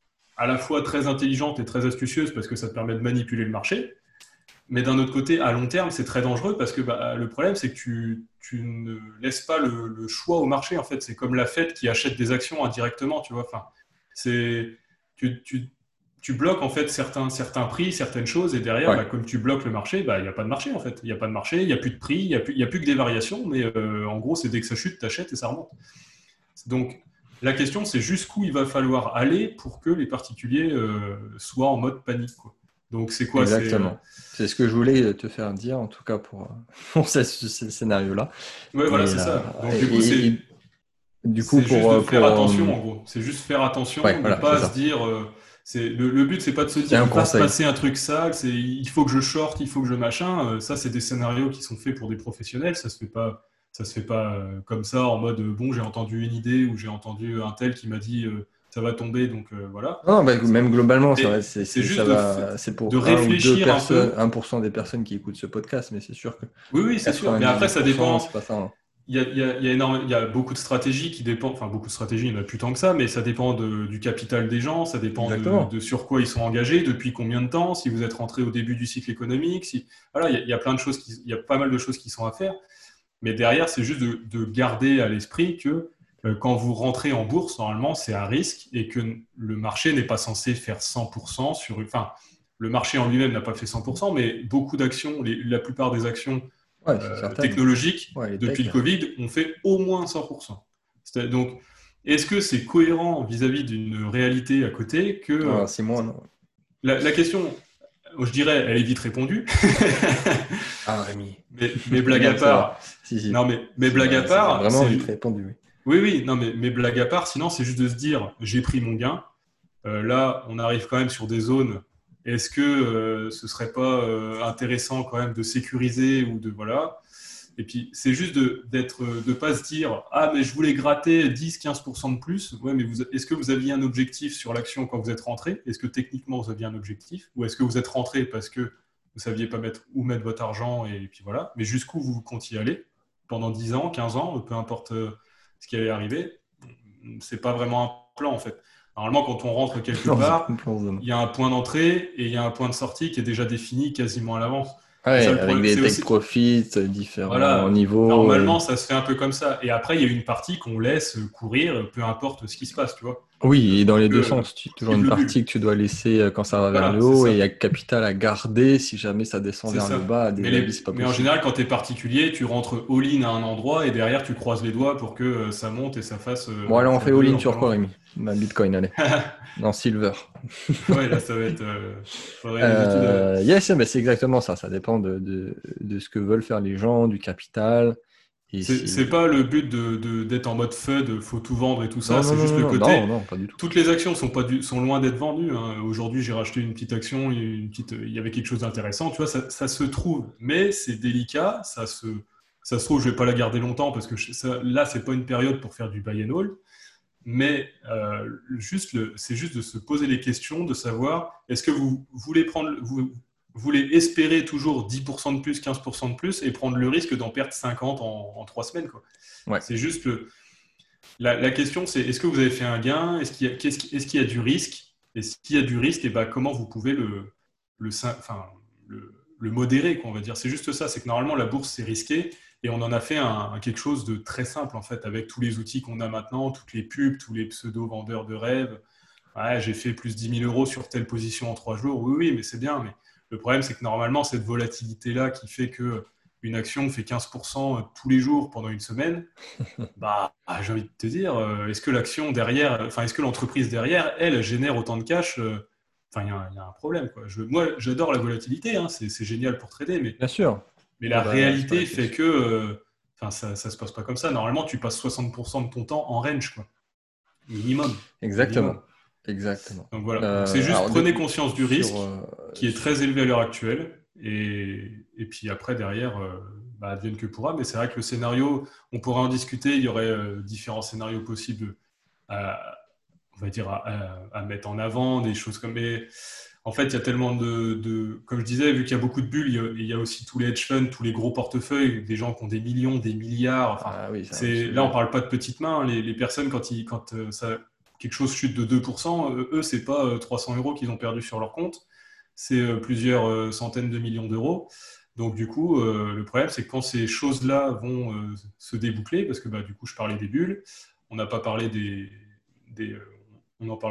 à la fois très intelligentes et très astucieuses parce que ça te permet de manipuler le marché, mais d'un autre côté, à long terme, c'est très dangereux parce que bah, le problème, c'est que tu, tu ne laisses pas le, le choix au marché. En fait, c'est comme la Fed qui achète des actions indirectement, tu vois. Enfin, c'est tu, tu tu bloques en fait certains, certains prix, certaines choses, et derrière, Ouais. bah, comme tu bloques le marché, bah, il n'y a pas de marché en fait. Il n'y a pas de marché, il n'y a plus de prix, il n'y a, plus- il y a plus que des variations, mais euh, en gros, c'est dès que ça chute, tu achètes et ça remonte. Donc, la question, c'est jusqu'où il va falloir aller pour que les particuliers euh, soient en mode panique, quoi. Donc, c'est quoi? C'est euh, Exactement. C'est ce que je voulais te faire dire, en tout cas pour, pour ce, ce scénario-là. ouais, voilà, Et, c'est euh, ça. Donc, du coup, et, c'est et du coup, c'est juste pour, de euh, faire pour, attention, euh, en gros. C'est juste faire attention, ouais, ne voilà, c'est pas se ça. dire. Euh, c'est le, le but, c'est pas de se C'est dire un il va se conseil. passer un truc sale, c'est il faut que je short, il faut que je machin. Euh, ça, c'est des scénarios qui sont faits pour des professionnels. Ça se fait pas, ça se fait pas euh, comme ça en mode euh, bon, j'ai entendu une idée ou j'ai entendu un tel qui m'a dit euh, ça va tomber, donc euh, voilà. Non, bah, C'est même globalement, c'est vrai, et c'est, c'est c'est, ça juste de, f- va, c'est de pour un ou deux réfléchir un personnes, peu. un pour cent des personnes qui écoutent ce podcast, mais c'est sûr que Oui, oui, c'est sûr. Mais après, quatre-vingt-dix-huit ça pour cent, dépend. c'est pas ça, hein. Il y a, il y a- il y a énorme- il y a beaucoup de stratégies qui dépendent, enfin beaucoup de stratégies, il n'y en a plus tant que ça, mais ça dépend de- du capital des gens, ça dépend de, Exactement. de sur quoi ils sont engagés, depuis combien de temps, si vous êtes rentré au début du cycle économique, si, voilà, il y a, il y a plein de choses, qui, il y a pas mal de choses qui sont à faire, mais derrière, c'est juste de, de garder à l'esprit que euh, quand vous rentrez en bourse, normalement, c'est un risque et que le marché n'est pas censé faire cent pour cent sur, enfin, le marché en lui-même n'a pas fait cent pour cent, mais beaucoup d'actions, les- la plupart des actions Ouais, c'est euh, certaines. technologiques, Ouais, les depuis techs. le Covid, ont fait au moins cent pour cent. C'est- Donc, est-ce que c'est cohérent vis-à-vis d'une réalité à côté que Ah, euh, c'est moins, non. la, la question, je dirais, elle est vite répondue, Ah, Rémi. mais, mais blague à Non, c'est vrai. part, Si, si. non mais, mais C'est blague à vrai, c'est vrai. part, Vraiment c'est vite ju- répondu, oui. oui oui non mais, mais blague à part, sinon c'est juste de se dire j'ai pris mon gain. Euh, là, on arrive quand même sur des zones. Est-ce que euh, ce serait pas euh, intéressant quand même de sécuriser ou de voilà. Et puis, c'est juste de d'être, de pas se dire ah mais je voulais gratter dix quinze pour cent de plus. Ouais, mais vous, est-ce que vous aviez un objectif sur l'action quand vous êtes rentré? Est-ce que techniquement vous aviez un objectif? Ou est-ce que vous êtes rentré parce que vous saviez pas mettre où mettre votre argent et puis voilà. Mais jusqu'où vous comptiez aller pendant dix ans, quinze ans, peu importe euh, ce qui allait arriver, c'est pas vraiment un plan en fait. Normalement, quand on rentre quelque Non, c'est pas part, une plan zone. il y a un point d'entrée et il y a un point de sortie qui est déjà défini quasiment à l'avance. C'est ça Ouais, le avec problème. des C'est take aussi, profits, euh, différents voilà, niveaux. normalement, Et... ça se fait un peu comme ça. Et après, il y a une partie qu'on laisse courir, peu importe ce qui se passe, tu vois. Oui, et dans les Que, deux euh, sens. Tu as toujours vive une le partie bulle. que tu dois laisser euh, quand ça va vers Voilà, le c'est haut et il y ça. a capital à garder si jamais ça descend C'est vers le ça. bas. À Mais, des avis, c'est les, pas mais en possible. général, quand tu es particulier, tu rentres all-in à un endroit et derrière, tu croises les doigts pour que euh, ça monte et ça fasse Bon, euh, allez, on fait fois deux all-in en pas sur quoi, longtemps. Rémi? Ma Bitcoin, allez. Non, Silver. Ouais, là, ça va être. Euh, faudrait les études. euh, Euh, yes, mais c'est exactement ça. Ça dépend de, de, de ce que veulent faire les gens, du capital. Et C'est c'est si... pas le but de, de- d'être en mode F U D, faut tout vendre et tout Non, ça. non, C'est non, juste non, le non, non, côté. non, pas du tout. Toutes les actions sont pas du- sont loin d'être vendues, hein. Aujourd'hui, j'ai racheté une petite action, une petite, il y avait quelque chose d'intéressant. Tu vois, ça, ça se trouve, mais c'est délicat. Ça se, ça se trouve, je vais pas la garder longtemps parce que je- ça, là, c'est pas une période pour faire du buy and hold. Mais euh, juste le, c'est juste de se poser les questions, de savoir est-ce que vous voulez prendre, vous voulez espérer toujours dix pour cent de plus, quinze pour cent de plus et prendre le risque d'en perdre cinquante en, en trois semaines, quoi. Ouais, C'est juste le, la, la question, c'est est-ce que vous avez fait un gain? Est-ce qu'il y a, qu'est-ce qui- est-ce qu'il y a du risque? Et s'il y a du risque, et ben, comment vous pouvez le, le, enfin, le, le modérer, quoi, on va dire. C'est juste ça, c'est que normalement, la bourse, c'est risqué. Et on en a fait un, un quelque chose de très simple, en fait, avec tous les outils qu'on a maintenant, toutes les pubs, tous les pseudo-vendeurs de rêves. Ouais, j'ai fait plus dix mille euros sur telle position en trois jours. Oui, oui, mais c'est bien. Mais le problème, c'est que normalement, cette volatilité-là qui fait que une action fait quinze pour cent tous les jours pendant une semaine, bah, ah, j'ai envie de te dire, euh, est-ce que l'action derrière, enfin, est-ce que l'entreprise derrière, elle, génère autant de cash euh, Enfin, il y, a un il y a un problème, quoi. Je, moi, j'adore la volatilité, hein, c'est c'est génial pour trader, mais, bien sûr. mais C'est la pas, c'est pas la réalité fait question. que, euh, enfin, ça, ça se passe pas comme ça. Normalement, tu passes soixante pour cent de ton temps en range, quoi. Minimum, Exactement. minimum. Exactement. Donc voilà. Donc c'est Euh, juste alors, de- prenez conscience du sur, risque euh, qui est très élevé à l'heure actuelle et, et puis après derrière, euh, bah, advienne que pourra. Mais c'est vrai que le scénario, on pourrait en discuter. Il y aurait euh, différents scénarios possibles à, on va dire à, à- à mettre en avant, des choses comme. Mais en fait, il y a tellement de, de- comme je disais, vu qu'il y a beaucoup de bulles, il y a, il y a aussi tous les hedge funds, tous les gros portefeuilles, des gens qui ont des millions, des milliards. Enfin, ah oui, c'est un autre c'est là, on sujet. parle pas de petites mains. Les, les personnes, quand, ils, quand euh, ça, quelque chose chute de deux pour cent, euh, eux, c'est pas euh, trois cents euros qu'ils ont perdu sur leur compte, c'est euh, plusieurs euh, centaines de millions d'euros. Donc, du coup, euh, le problème, c'est que quand ces choses-là vont euh, se déboucler, parce que bah, du coup, je parlais des bulles, on n'a pas parlé des, des, euh, on en parlera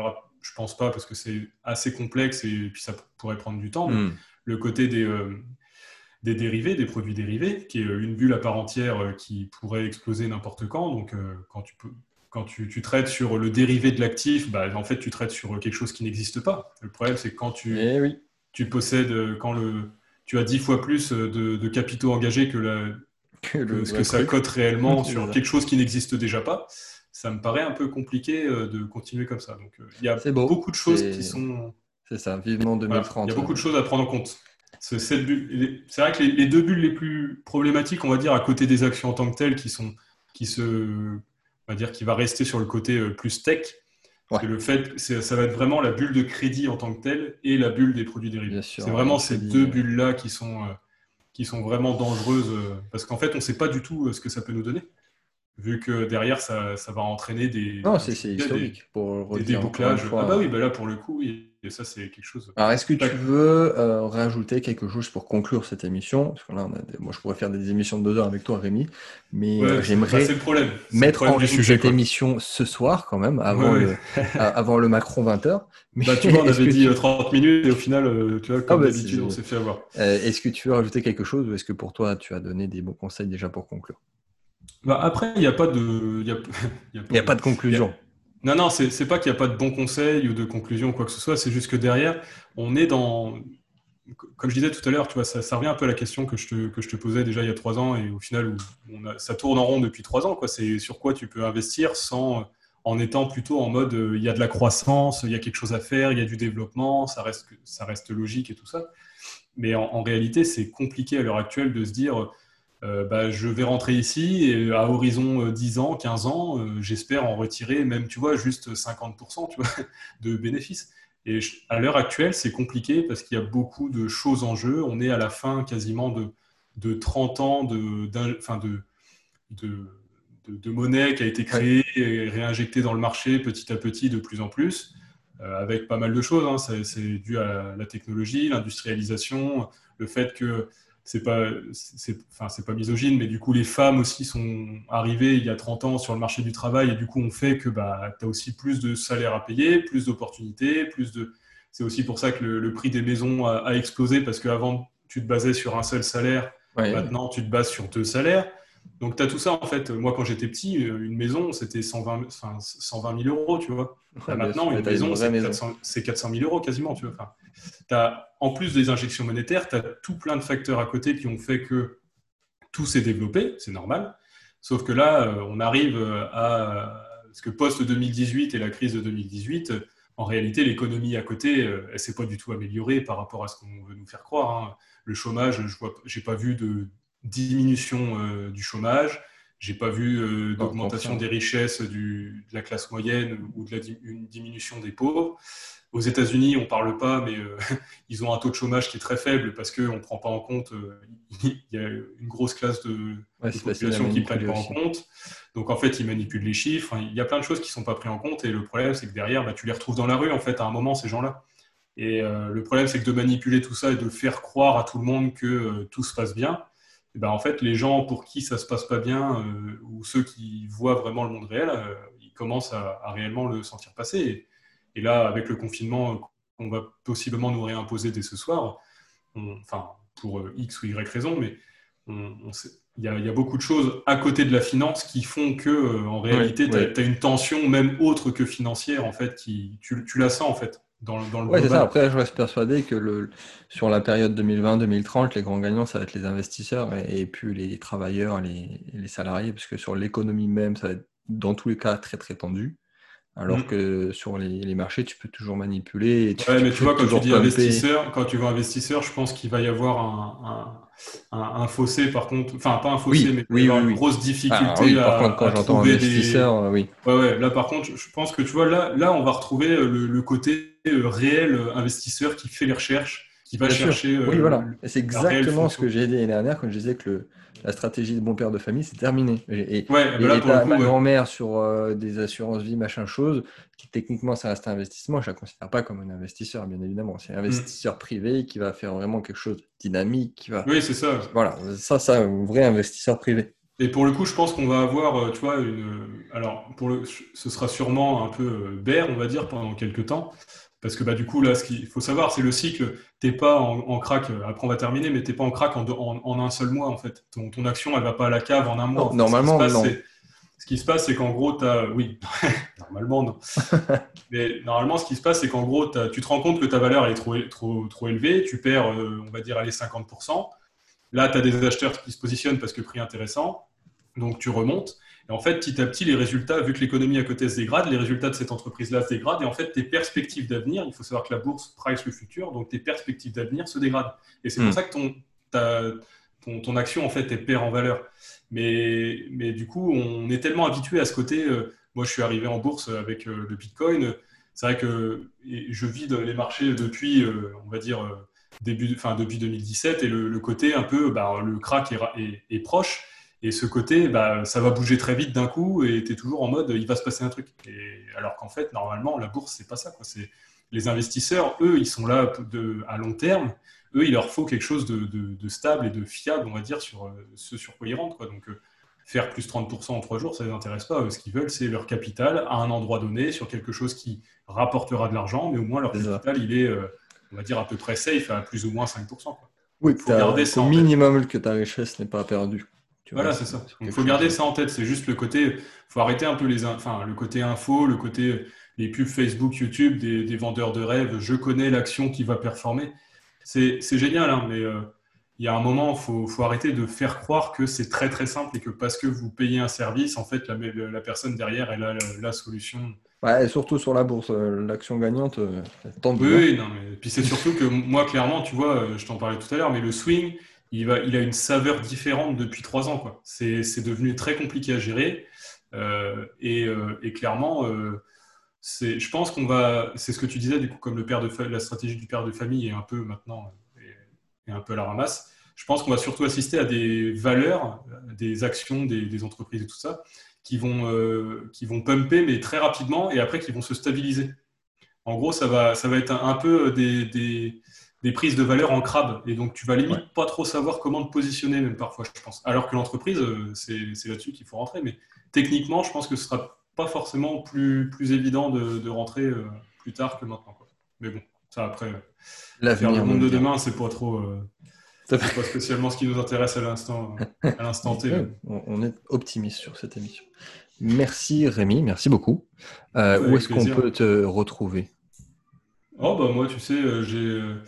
je pense pas parce que c'est assez complexe et puis ça pourrait prendre du temps. Mais Mm. le côté des, euh, des dérivés, des produits dérivés, qui est une bulle à part entière euh, qui pourrait exploser n'importe quand. Donc, euh, quand tu peux, quand tu, tu traites sur le dérivé de l'actif, bah, en fait, tu traites sur quelque chose qui n'existe pas. Le problème, c'est que quand tu, Eh oui, tu possèdes, euh, quand le, tu as dix fois plus de, de capitaux engagés que, la, que le que ce que vrai ça truc. cote réellement C'est sur ça. quelque chose qui n'existe déjà pas, ça me paraît un peu compliqué euh, de continuer comme ça. Donc, euh, il y a C'est beau. beaucoup de choses qui C'est sont... c'est ça. Vivement Voilà, il y a deux mille trente. beaucoup de choses à prendre en compte. C'est cette bulle- les- c'est vrai que les, les deux bulles les plus problématiques, on va dire, à côté des actions en tant que telles, qui sont, qui se, on va dire, qui va rester sur le côté euh, plus tech, Ouais, c'est le fait, c'est- ça va être vraiment la bulle de crédit en tant que telle et la bulle des produits bien dérivés. C'est sûr. Le vraiment ces crédit. deux euh, bulles-là qui sont, euh, qui sont vraiment dangereuses euh, parce qu'en fait, on ne sait pas du tout euh, ce que ça peut nous donner, vu que derrière, ça, ça va entraîner des, Non, comme c'est je te c'est disais, des, historique. Pour le des redire encore une débouclages. Ah bah fois. oui, bah là, pour le coup, oui, et ça, c'est quelque chose. Alors, est-ce que tu Tac. veux euh, rajouter quelque chose pour conclure cette émission? Parce que là, on a des- moi, je pourrais faire des émissions de deux heures avec toi, Rémi, mais euh, Ouais, c'est bah, c'est j'aimerais le problème. C'est le mettre en problème du ligne sujet, cette quoi. émission ce soir, quand même, Ouais, avant ouais. le, a- avant le Macron vingt heures. Mais Bah, tu vois, on est-ce avait que dit euh, tu, trente minutes et au final, euh, tu vois, ah comme bah, c'est d'habitude, on génial. s'est fait avoir. Euh, est-ce que tu veux rajouter quelque chose ou est-ce que pour toi, tu as donné des bons conseils déjà pour conclure? Bah, après, il n'y a pas de. Il y a, il y a Il n'y pas a pas de. de il y a- conclusion. Non, non, c'est c'est pas qu'il n'y a pas de bons conseils ou de conclusions ou quoi que ce soit, c'est juste que derrière, on est dans. Comme je disais tout à l'heure, tu vois, ça, ça revient un peu à la question que je te, que je te posais déjà il y a trois ans et au final, où on a- ça tourne en rond depuis trois ans, quoi. C'est sur quoi tu peux investir sans, en étant plutôt en mode euh, il y a de la croissance, il y a quelque chose à faire, il y a du développement, ça reste, ça reste logique et tout ça. Mais en, en réalité, c'est compliqué à l'heure actuelle de se dire euh, bah, je vais rentrer ici et à horizon euh, dix ans, quinze ans, euh, j'espère en retirer même, tu vois, juste cinquante pour cent tu vois, de bénéfices. Et je- à l'heure actuelle, c'est compliqué parce qu'il y a beaucoup de choses en jeu. On est à la fin quasiment de, de trente ans de, d'un- enfin de, de, de, de monnaie qui a été Ouais. créée et réinjectée dans le marché petit à petit de plus en plus, euh, avec pas mal de choses, hein. C'est, c'est dû à la technologie, l'industrialisation, le fait que c'est pas, c'est, enfin, c'est pas misogyne, mais du coup, les femmes aussi sont arrivées il y a trente ans sur le marché du travail et du coup, on fait que bah, tu as aussi plus de salaires à payer, plus d'opportunités, plus de. C'est aussi pour ça que le, le prix des maisons a, a explosé parce qu'avant, tu te basais sur un seul salaire, Ouais. maintenant, tu te bases sur deux salaires. Donc, tu as tout ça, en fait. Moi, quand j'étais petit, une maison, c'était cent vingt, enfin, cent vingt mille euros, tu vois. Là, Ouais, bien maintenant, sûr. Et une t'as une maison, vraie c'est maison. quatre cents, c'est quatre cent mille euros quasiment, tu vois. Enfin, t'as, en plus des injections monétaires, tu as tout plein de facteurs à côté qui ont fait que tout s'est développé, c'est normal. Sauf que là, euh, on arrive à. Parce que post-deux mille dix-huit et la crise de deux mille dix-huit, euh, en réalité, l'économie à côté, euh, elle ne s'est pas du tout améliorée par rapport à ce qu'on veut nous faire croire, hein. Le chômage, je n'ai pas vu de diminution euh, du chômage, j'ai pas vu euh, Non, au d'augmentation contraire. des richesses du, de la classe moyenne ou de la, une diminution des pauvres. Aux États-Unis, on ne parle pas, mais euh, ils ont un taux de chômage qui est très faible parce qu'on ne prend pas en compte, euh, il y a une grosse classe de, Ouais, de c'est facile à population qui ne prennent manipuler pas en aussi. compte. Donc en fait, ils manipulent les chiffres. Il y a plein de choses qui ne sont pas prises en compte. Et le problème, c'est que derrière, bah, tu les retrouves dans la rue, en fait, à un moment, ces gens-là. Et euh, le problème, c'est que de manipuler tout ça et de faire croire à tout le monde que euh, tout se passe bien, et ben, en fait, les gens pour qui ça se passe pas bien, euh, ou ceux qui voient vraiment le monde réel, euh, ils commencent à, à réellement le sentir passer. Et, et là, avec le confinement qu'on va possiblement nous réimposer dès ce soir, on- enfin, pour euh, X ou Y raison, mais on, on sait- il y, a, il y a beaucoup de choses à côté de la finance qui font que, euh, en Oui, réalité, tu oui. as une tension même autre que financière, en fait, qui, tu, tu la sens, en fait, dans, dans le Ouais, c'est ça. global. Après, je reste persuadé que le, sur la période deux mille vingt deux mille trente, les grands gagnants, ça va être les investisseurs et, et puis les travailleurs, les, les salariés, parce que sur l'économie même, ça va être dans tous les cas très très tendu. Alors Mm. que sur les, les marchés, tu peux toujours manipuler et tu, Ouais, tu mais tu peux vois, quand tu toujours dis pumper. investisseur, quand tu vois investisseur, je pense qu'il va y avoir un, un, un- un fossé, par contre, enfin, pas un fossé, mais Oui, il va y oui, avoir oui, une oui. grosse Ah difficulté oui, par à, contre, quand à j'entends trouver des. investisseur, euh, oui. Ouais, ouais, là, par contre, je je pense que tu vois, là, là, on va retrouver euh, le, le côté euh, réel euh, investisseur qui fait les recherches, qui va Bien sûr, chercher oui, euh, voilà. le- Et c'est la réelle exactement ce que fonction. j'ai dit l'année dernière quand je disais que le, la stratégie de bon père de famille, c'est terminé. Et, et, Ouais, ben là, et pour le ta- coup, ma ouais. grand-mère sur euh, des assurances vie, machin chose, qui techniquement, ça reste un investissement, je ne la considère pas comme un investisseur, bien évidemment. C'est un Mm. investisseur privé qui va faire vraiment quelque chose de dynamique, qui va... Oui, c'est ça. qui- voilà, ça, ça, un vrai investisseur privé. Et pour le coup, je pense qu'on va avoir, euh, tu vois, une. Alors, pour le, ce sera sûrement un peu euh, bear, on va dire, pendant quelques temps. Parce que bah, du coup, là, ce qu'il faut savoir, c'est le cycle. T'es pas en, en crack, euh, après on va terminer, mais t'es pas en crack en, deux- en, en un seul mois, en fait. Ton, ton action, elle va pas à la cave en un mois, Non, en fait. Ce qui se normalement, passe, non. c'est, ce qui se passe, c'est qu'en gros, t'as. Oui, normalement, non. Mais normalement, ce qui se passe, c'est qu'en gros, t'as- tu te rends compte que ta valeur elle est trop, trop, trop élevée. Tu perds, euh, on va dire, allez, cinquante pour cent. Là, tu as des acheteurs qui se positionnent parce que prix intéressant, donc tu remontes. Et en fait, petit à petit, les résultats, vu que l'économie à côté se dégrade, les résultats de cette entreprise-là se dégradent. Et en fait, tes perspectives d'avenir, il faut savoir que la bourse price le futur, donc tes perspectives d'avenir se dégradent. Et c'est pour Hmm. ça que ton, ta, ton, ton action, en fait, elle perd en valeur. Mais, mais du coup, on est tellement habitué à ce côté. Euh, moi, je suis arrivé en bourse avec euh, le Bitcoin. C'est vrai que je vis dans les marchés depuis, euh, on va dire, euh, début, enfin, depuis deux mille dix-sept, et le, le côté un peu, bah, le crack est, est, est proche, et ce côté, bah, ça va bouger très vite d'un coup, et tu es toujours en mode, il va se passer un truc. Et, alors qu'en fait, normalement, la bourse, c'est pas ça, quoi. C'est, les investisseurs, eux, ils sont là de, à long terme, eux, il leur faut quelque chose de, de, de stable et de fiable, on va dire, sur euh, ce sur quoi ils rentrent, quoi. Donc, euh, faire plus trente pour cent en trois jours, ça ne les intéresse pas. Eux, ce qu'ils veulent, c'est leur capital à un endroit donné, sur quelque chose qui rapportera de l'argent, mais au moins leur C'est ça. capital, il est, euh, on va dire, à peu près safe à plus ou moins cinq pour cent, quoi. Oui, Donc, que il faut t'as- garder qu'au ça en tête. minimum que ta richesse n'est pas perdue. Tu Voilà, c'est restes ça. sur Donc, il quelque faut chose. garder de- ça en tête. C'est juste le côté, faut arrêter un peu les, in- enfin, le côté info, le côté les pubs Facebook, YouTube, des, des vendeurs de rêves. Je connais l'action qui va performer. C'est, c'est génial, hein, mais euh, il y a un moment, faut, faut arrêter de faire croire que c'est très très simple et que parce que vous payez un service, en fait, la, la personne derrière, elle a la, la solution. Ouais, et surtout sur la bourse, euh, l'action gagnante, euh, c'est Oui, tendu, hein. oui, non, mais puis c'est surtout que moi, clairement, tu vois, euh, je t'en parlais tout à l'heure, mais le swing, il va, il a une saveur différente depuis trois ans, quoi. C'est, c'est devenu très compliqué à gérer. Euh, et, euh, et clairement, euh, c'est, je pense qu'on va, c'est ce que tu disais, du coup, comme le père de fa- la stratégie du père de famille est un peu maintenant, euh, est, est un peu à la ramasse. Je pense qu'on va surtout assister à des valeurs, euh, des actions des, des entreprises et tout ça, qui vont, euh, qui vont pumper, mais très rapidement, et après qui vont se stabiliser. En gros, ça va, ça va être un, un peu des, des, des prises de valeur en crabe. Et donc, tu vas Ouais. limite pas trop savoir comment te positionner, même parfois, je pense. Alors que l'entreprise, euh, c'est c'est là-dessus qu'il faut rentrer. Mais techniquement, je pense que ce sera pas forcément plus, plus évident de, de rentrer euh, plus tard que maintenant, quoi. Mais bon, ça après, euh, faire le L'avenir nous monde le de dira. demain, c'est pas trop, euh, Tout à c'est pas fait. spécialement ce qui nous intéresse à l'instant, à l'instant Mais T. Mais ouais, bon. on, on est optimiste sur cette émission. Merci Rémi, merci beaucoup. Euh, Ouais, où avec est-ce qu'on plaisir. peut te retrouver? Oh, bah moi, tu sais, euh, j'ai. euh,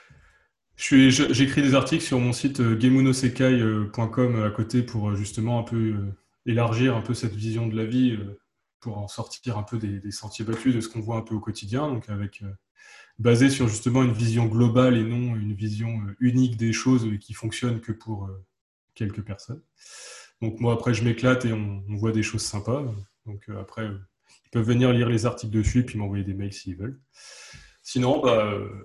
Je suis, je- j'écris des articles sur mon site euh, gemunosekai point com à côté pour euh, justement un peu euh, élargir un peu cette vision de la vie, euh, pour en sortir un peu des, des sentiers battus de ce qu'on voit un peu au quotidien, donc avec euh, basé sur justement une vision globale et non une vision euh, unique des choses euh, qui fonctionnent que pour euh, quelques personnes. Donc moi après je m'éclate et on, on voit des choses sympas. Donc euh, après euh, ils peuvent venir lire les articles dessus puis m'envoyer des mails s'ils veulent. Sinon bah euh,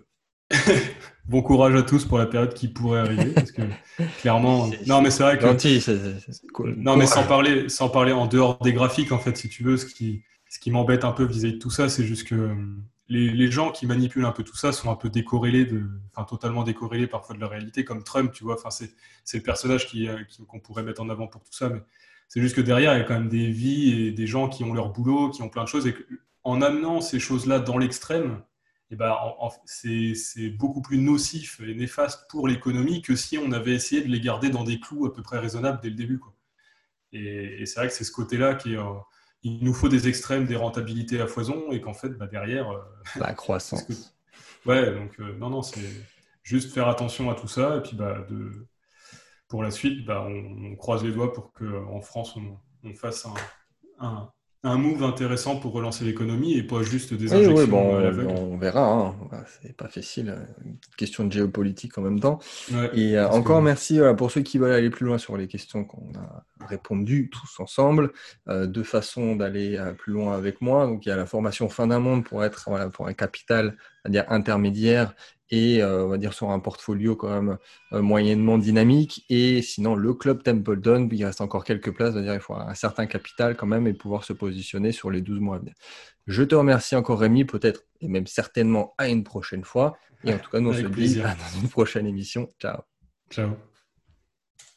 bon courage à tous pour la période qui pourrait arriver, parce que clairement, C'est non mais c'est c'est vrai que, gentil, c'est c'est- c'est cool. non mais sans Courage. parler, sans parler en dehors des graphiques, en fait, si tu veux, ce qui, ce qui m'embête un peu vis-à-vis de tout ça, c'est juste que euh, les, les gens qui manipulent un peu tout ça sont un peu décorrélés de, enfin totalement décorrélés parfois de la réalité, comme Trump, tu vois, enfin c'est, c'est le personnage qui, euh, qui- qu'on pourrait mettre en avant pour tout ça, mais c'est juste que derrière il y a quand même des vies et des gens qui ont leur boulot, qui ont plein de choses, et que, en amenant ces choses-là dans l'extrême, eh ben, en- en- c'est c'est beaucoup plus nocif et néfaste pour l'économie que si on avait essayé de les garder dans des clous à peu près raisonnables dès le début, quoi. Et, et c'est vrai que c'est ce côté-là qui est, euh, il nous faut des extrêmes, des rentabilités à foison, et qu'en fait, bah, derrière, euh, La c'est ce que. croissance. Ouais, donc euh, non, non, c'est juste faire attention à tout ça, et puis bah, de, pour la suite, bah, on, on croise les doigts pour qu'en France, on, on fasse un, un, un move intéressant pour relancer l'économie et pas juste des Oui, oui, injections à bon, on, l'aveugle. on verra, hein. Bah, c'est pas facile, euh, une petite question de géopolitique en même temps. Ouais, Et euh, parce encore que. merci voilà, pour ceux qui veulent aller plus loin sur les questions qu'on a répondues tous ensemble. Euh, deux façons d'aller euh, plus loin avec moi. Donc il y a la formation fin d'un monde pour être voilà, pour un capital, c'est-à-dire intermédiaire et euh, on va dire sur un portfolio quand même euh, moyennement dynamique. Et sinon le club Templeton, il reste encore quelques places, c'est-à-dire il faut un certain capital quand même et pouvoir se positionner sur les douze mois à venir. Je te remercie encore Rémi, peut-être et même certainement à une prochaine fois. Et en tout cas, nous on se Avec dit plaisir. à dans une prochaine émission. Ciao. Ciao.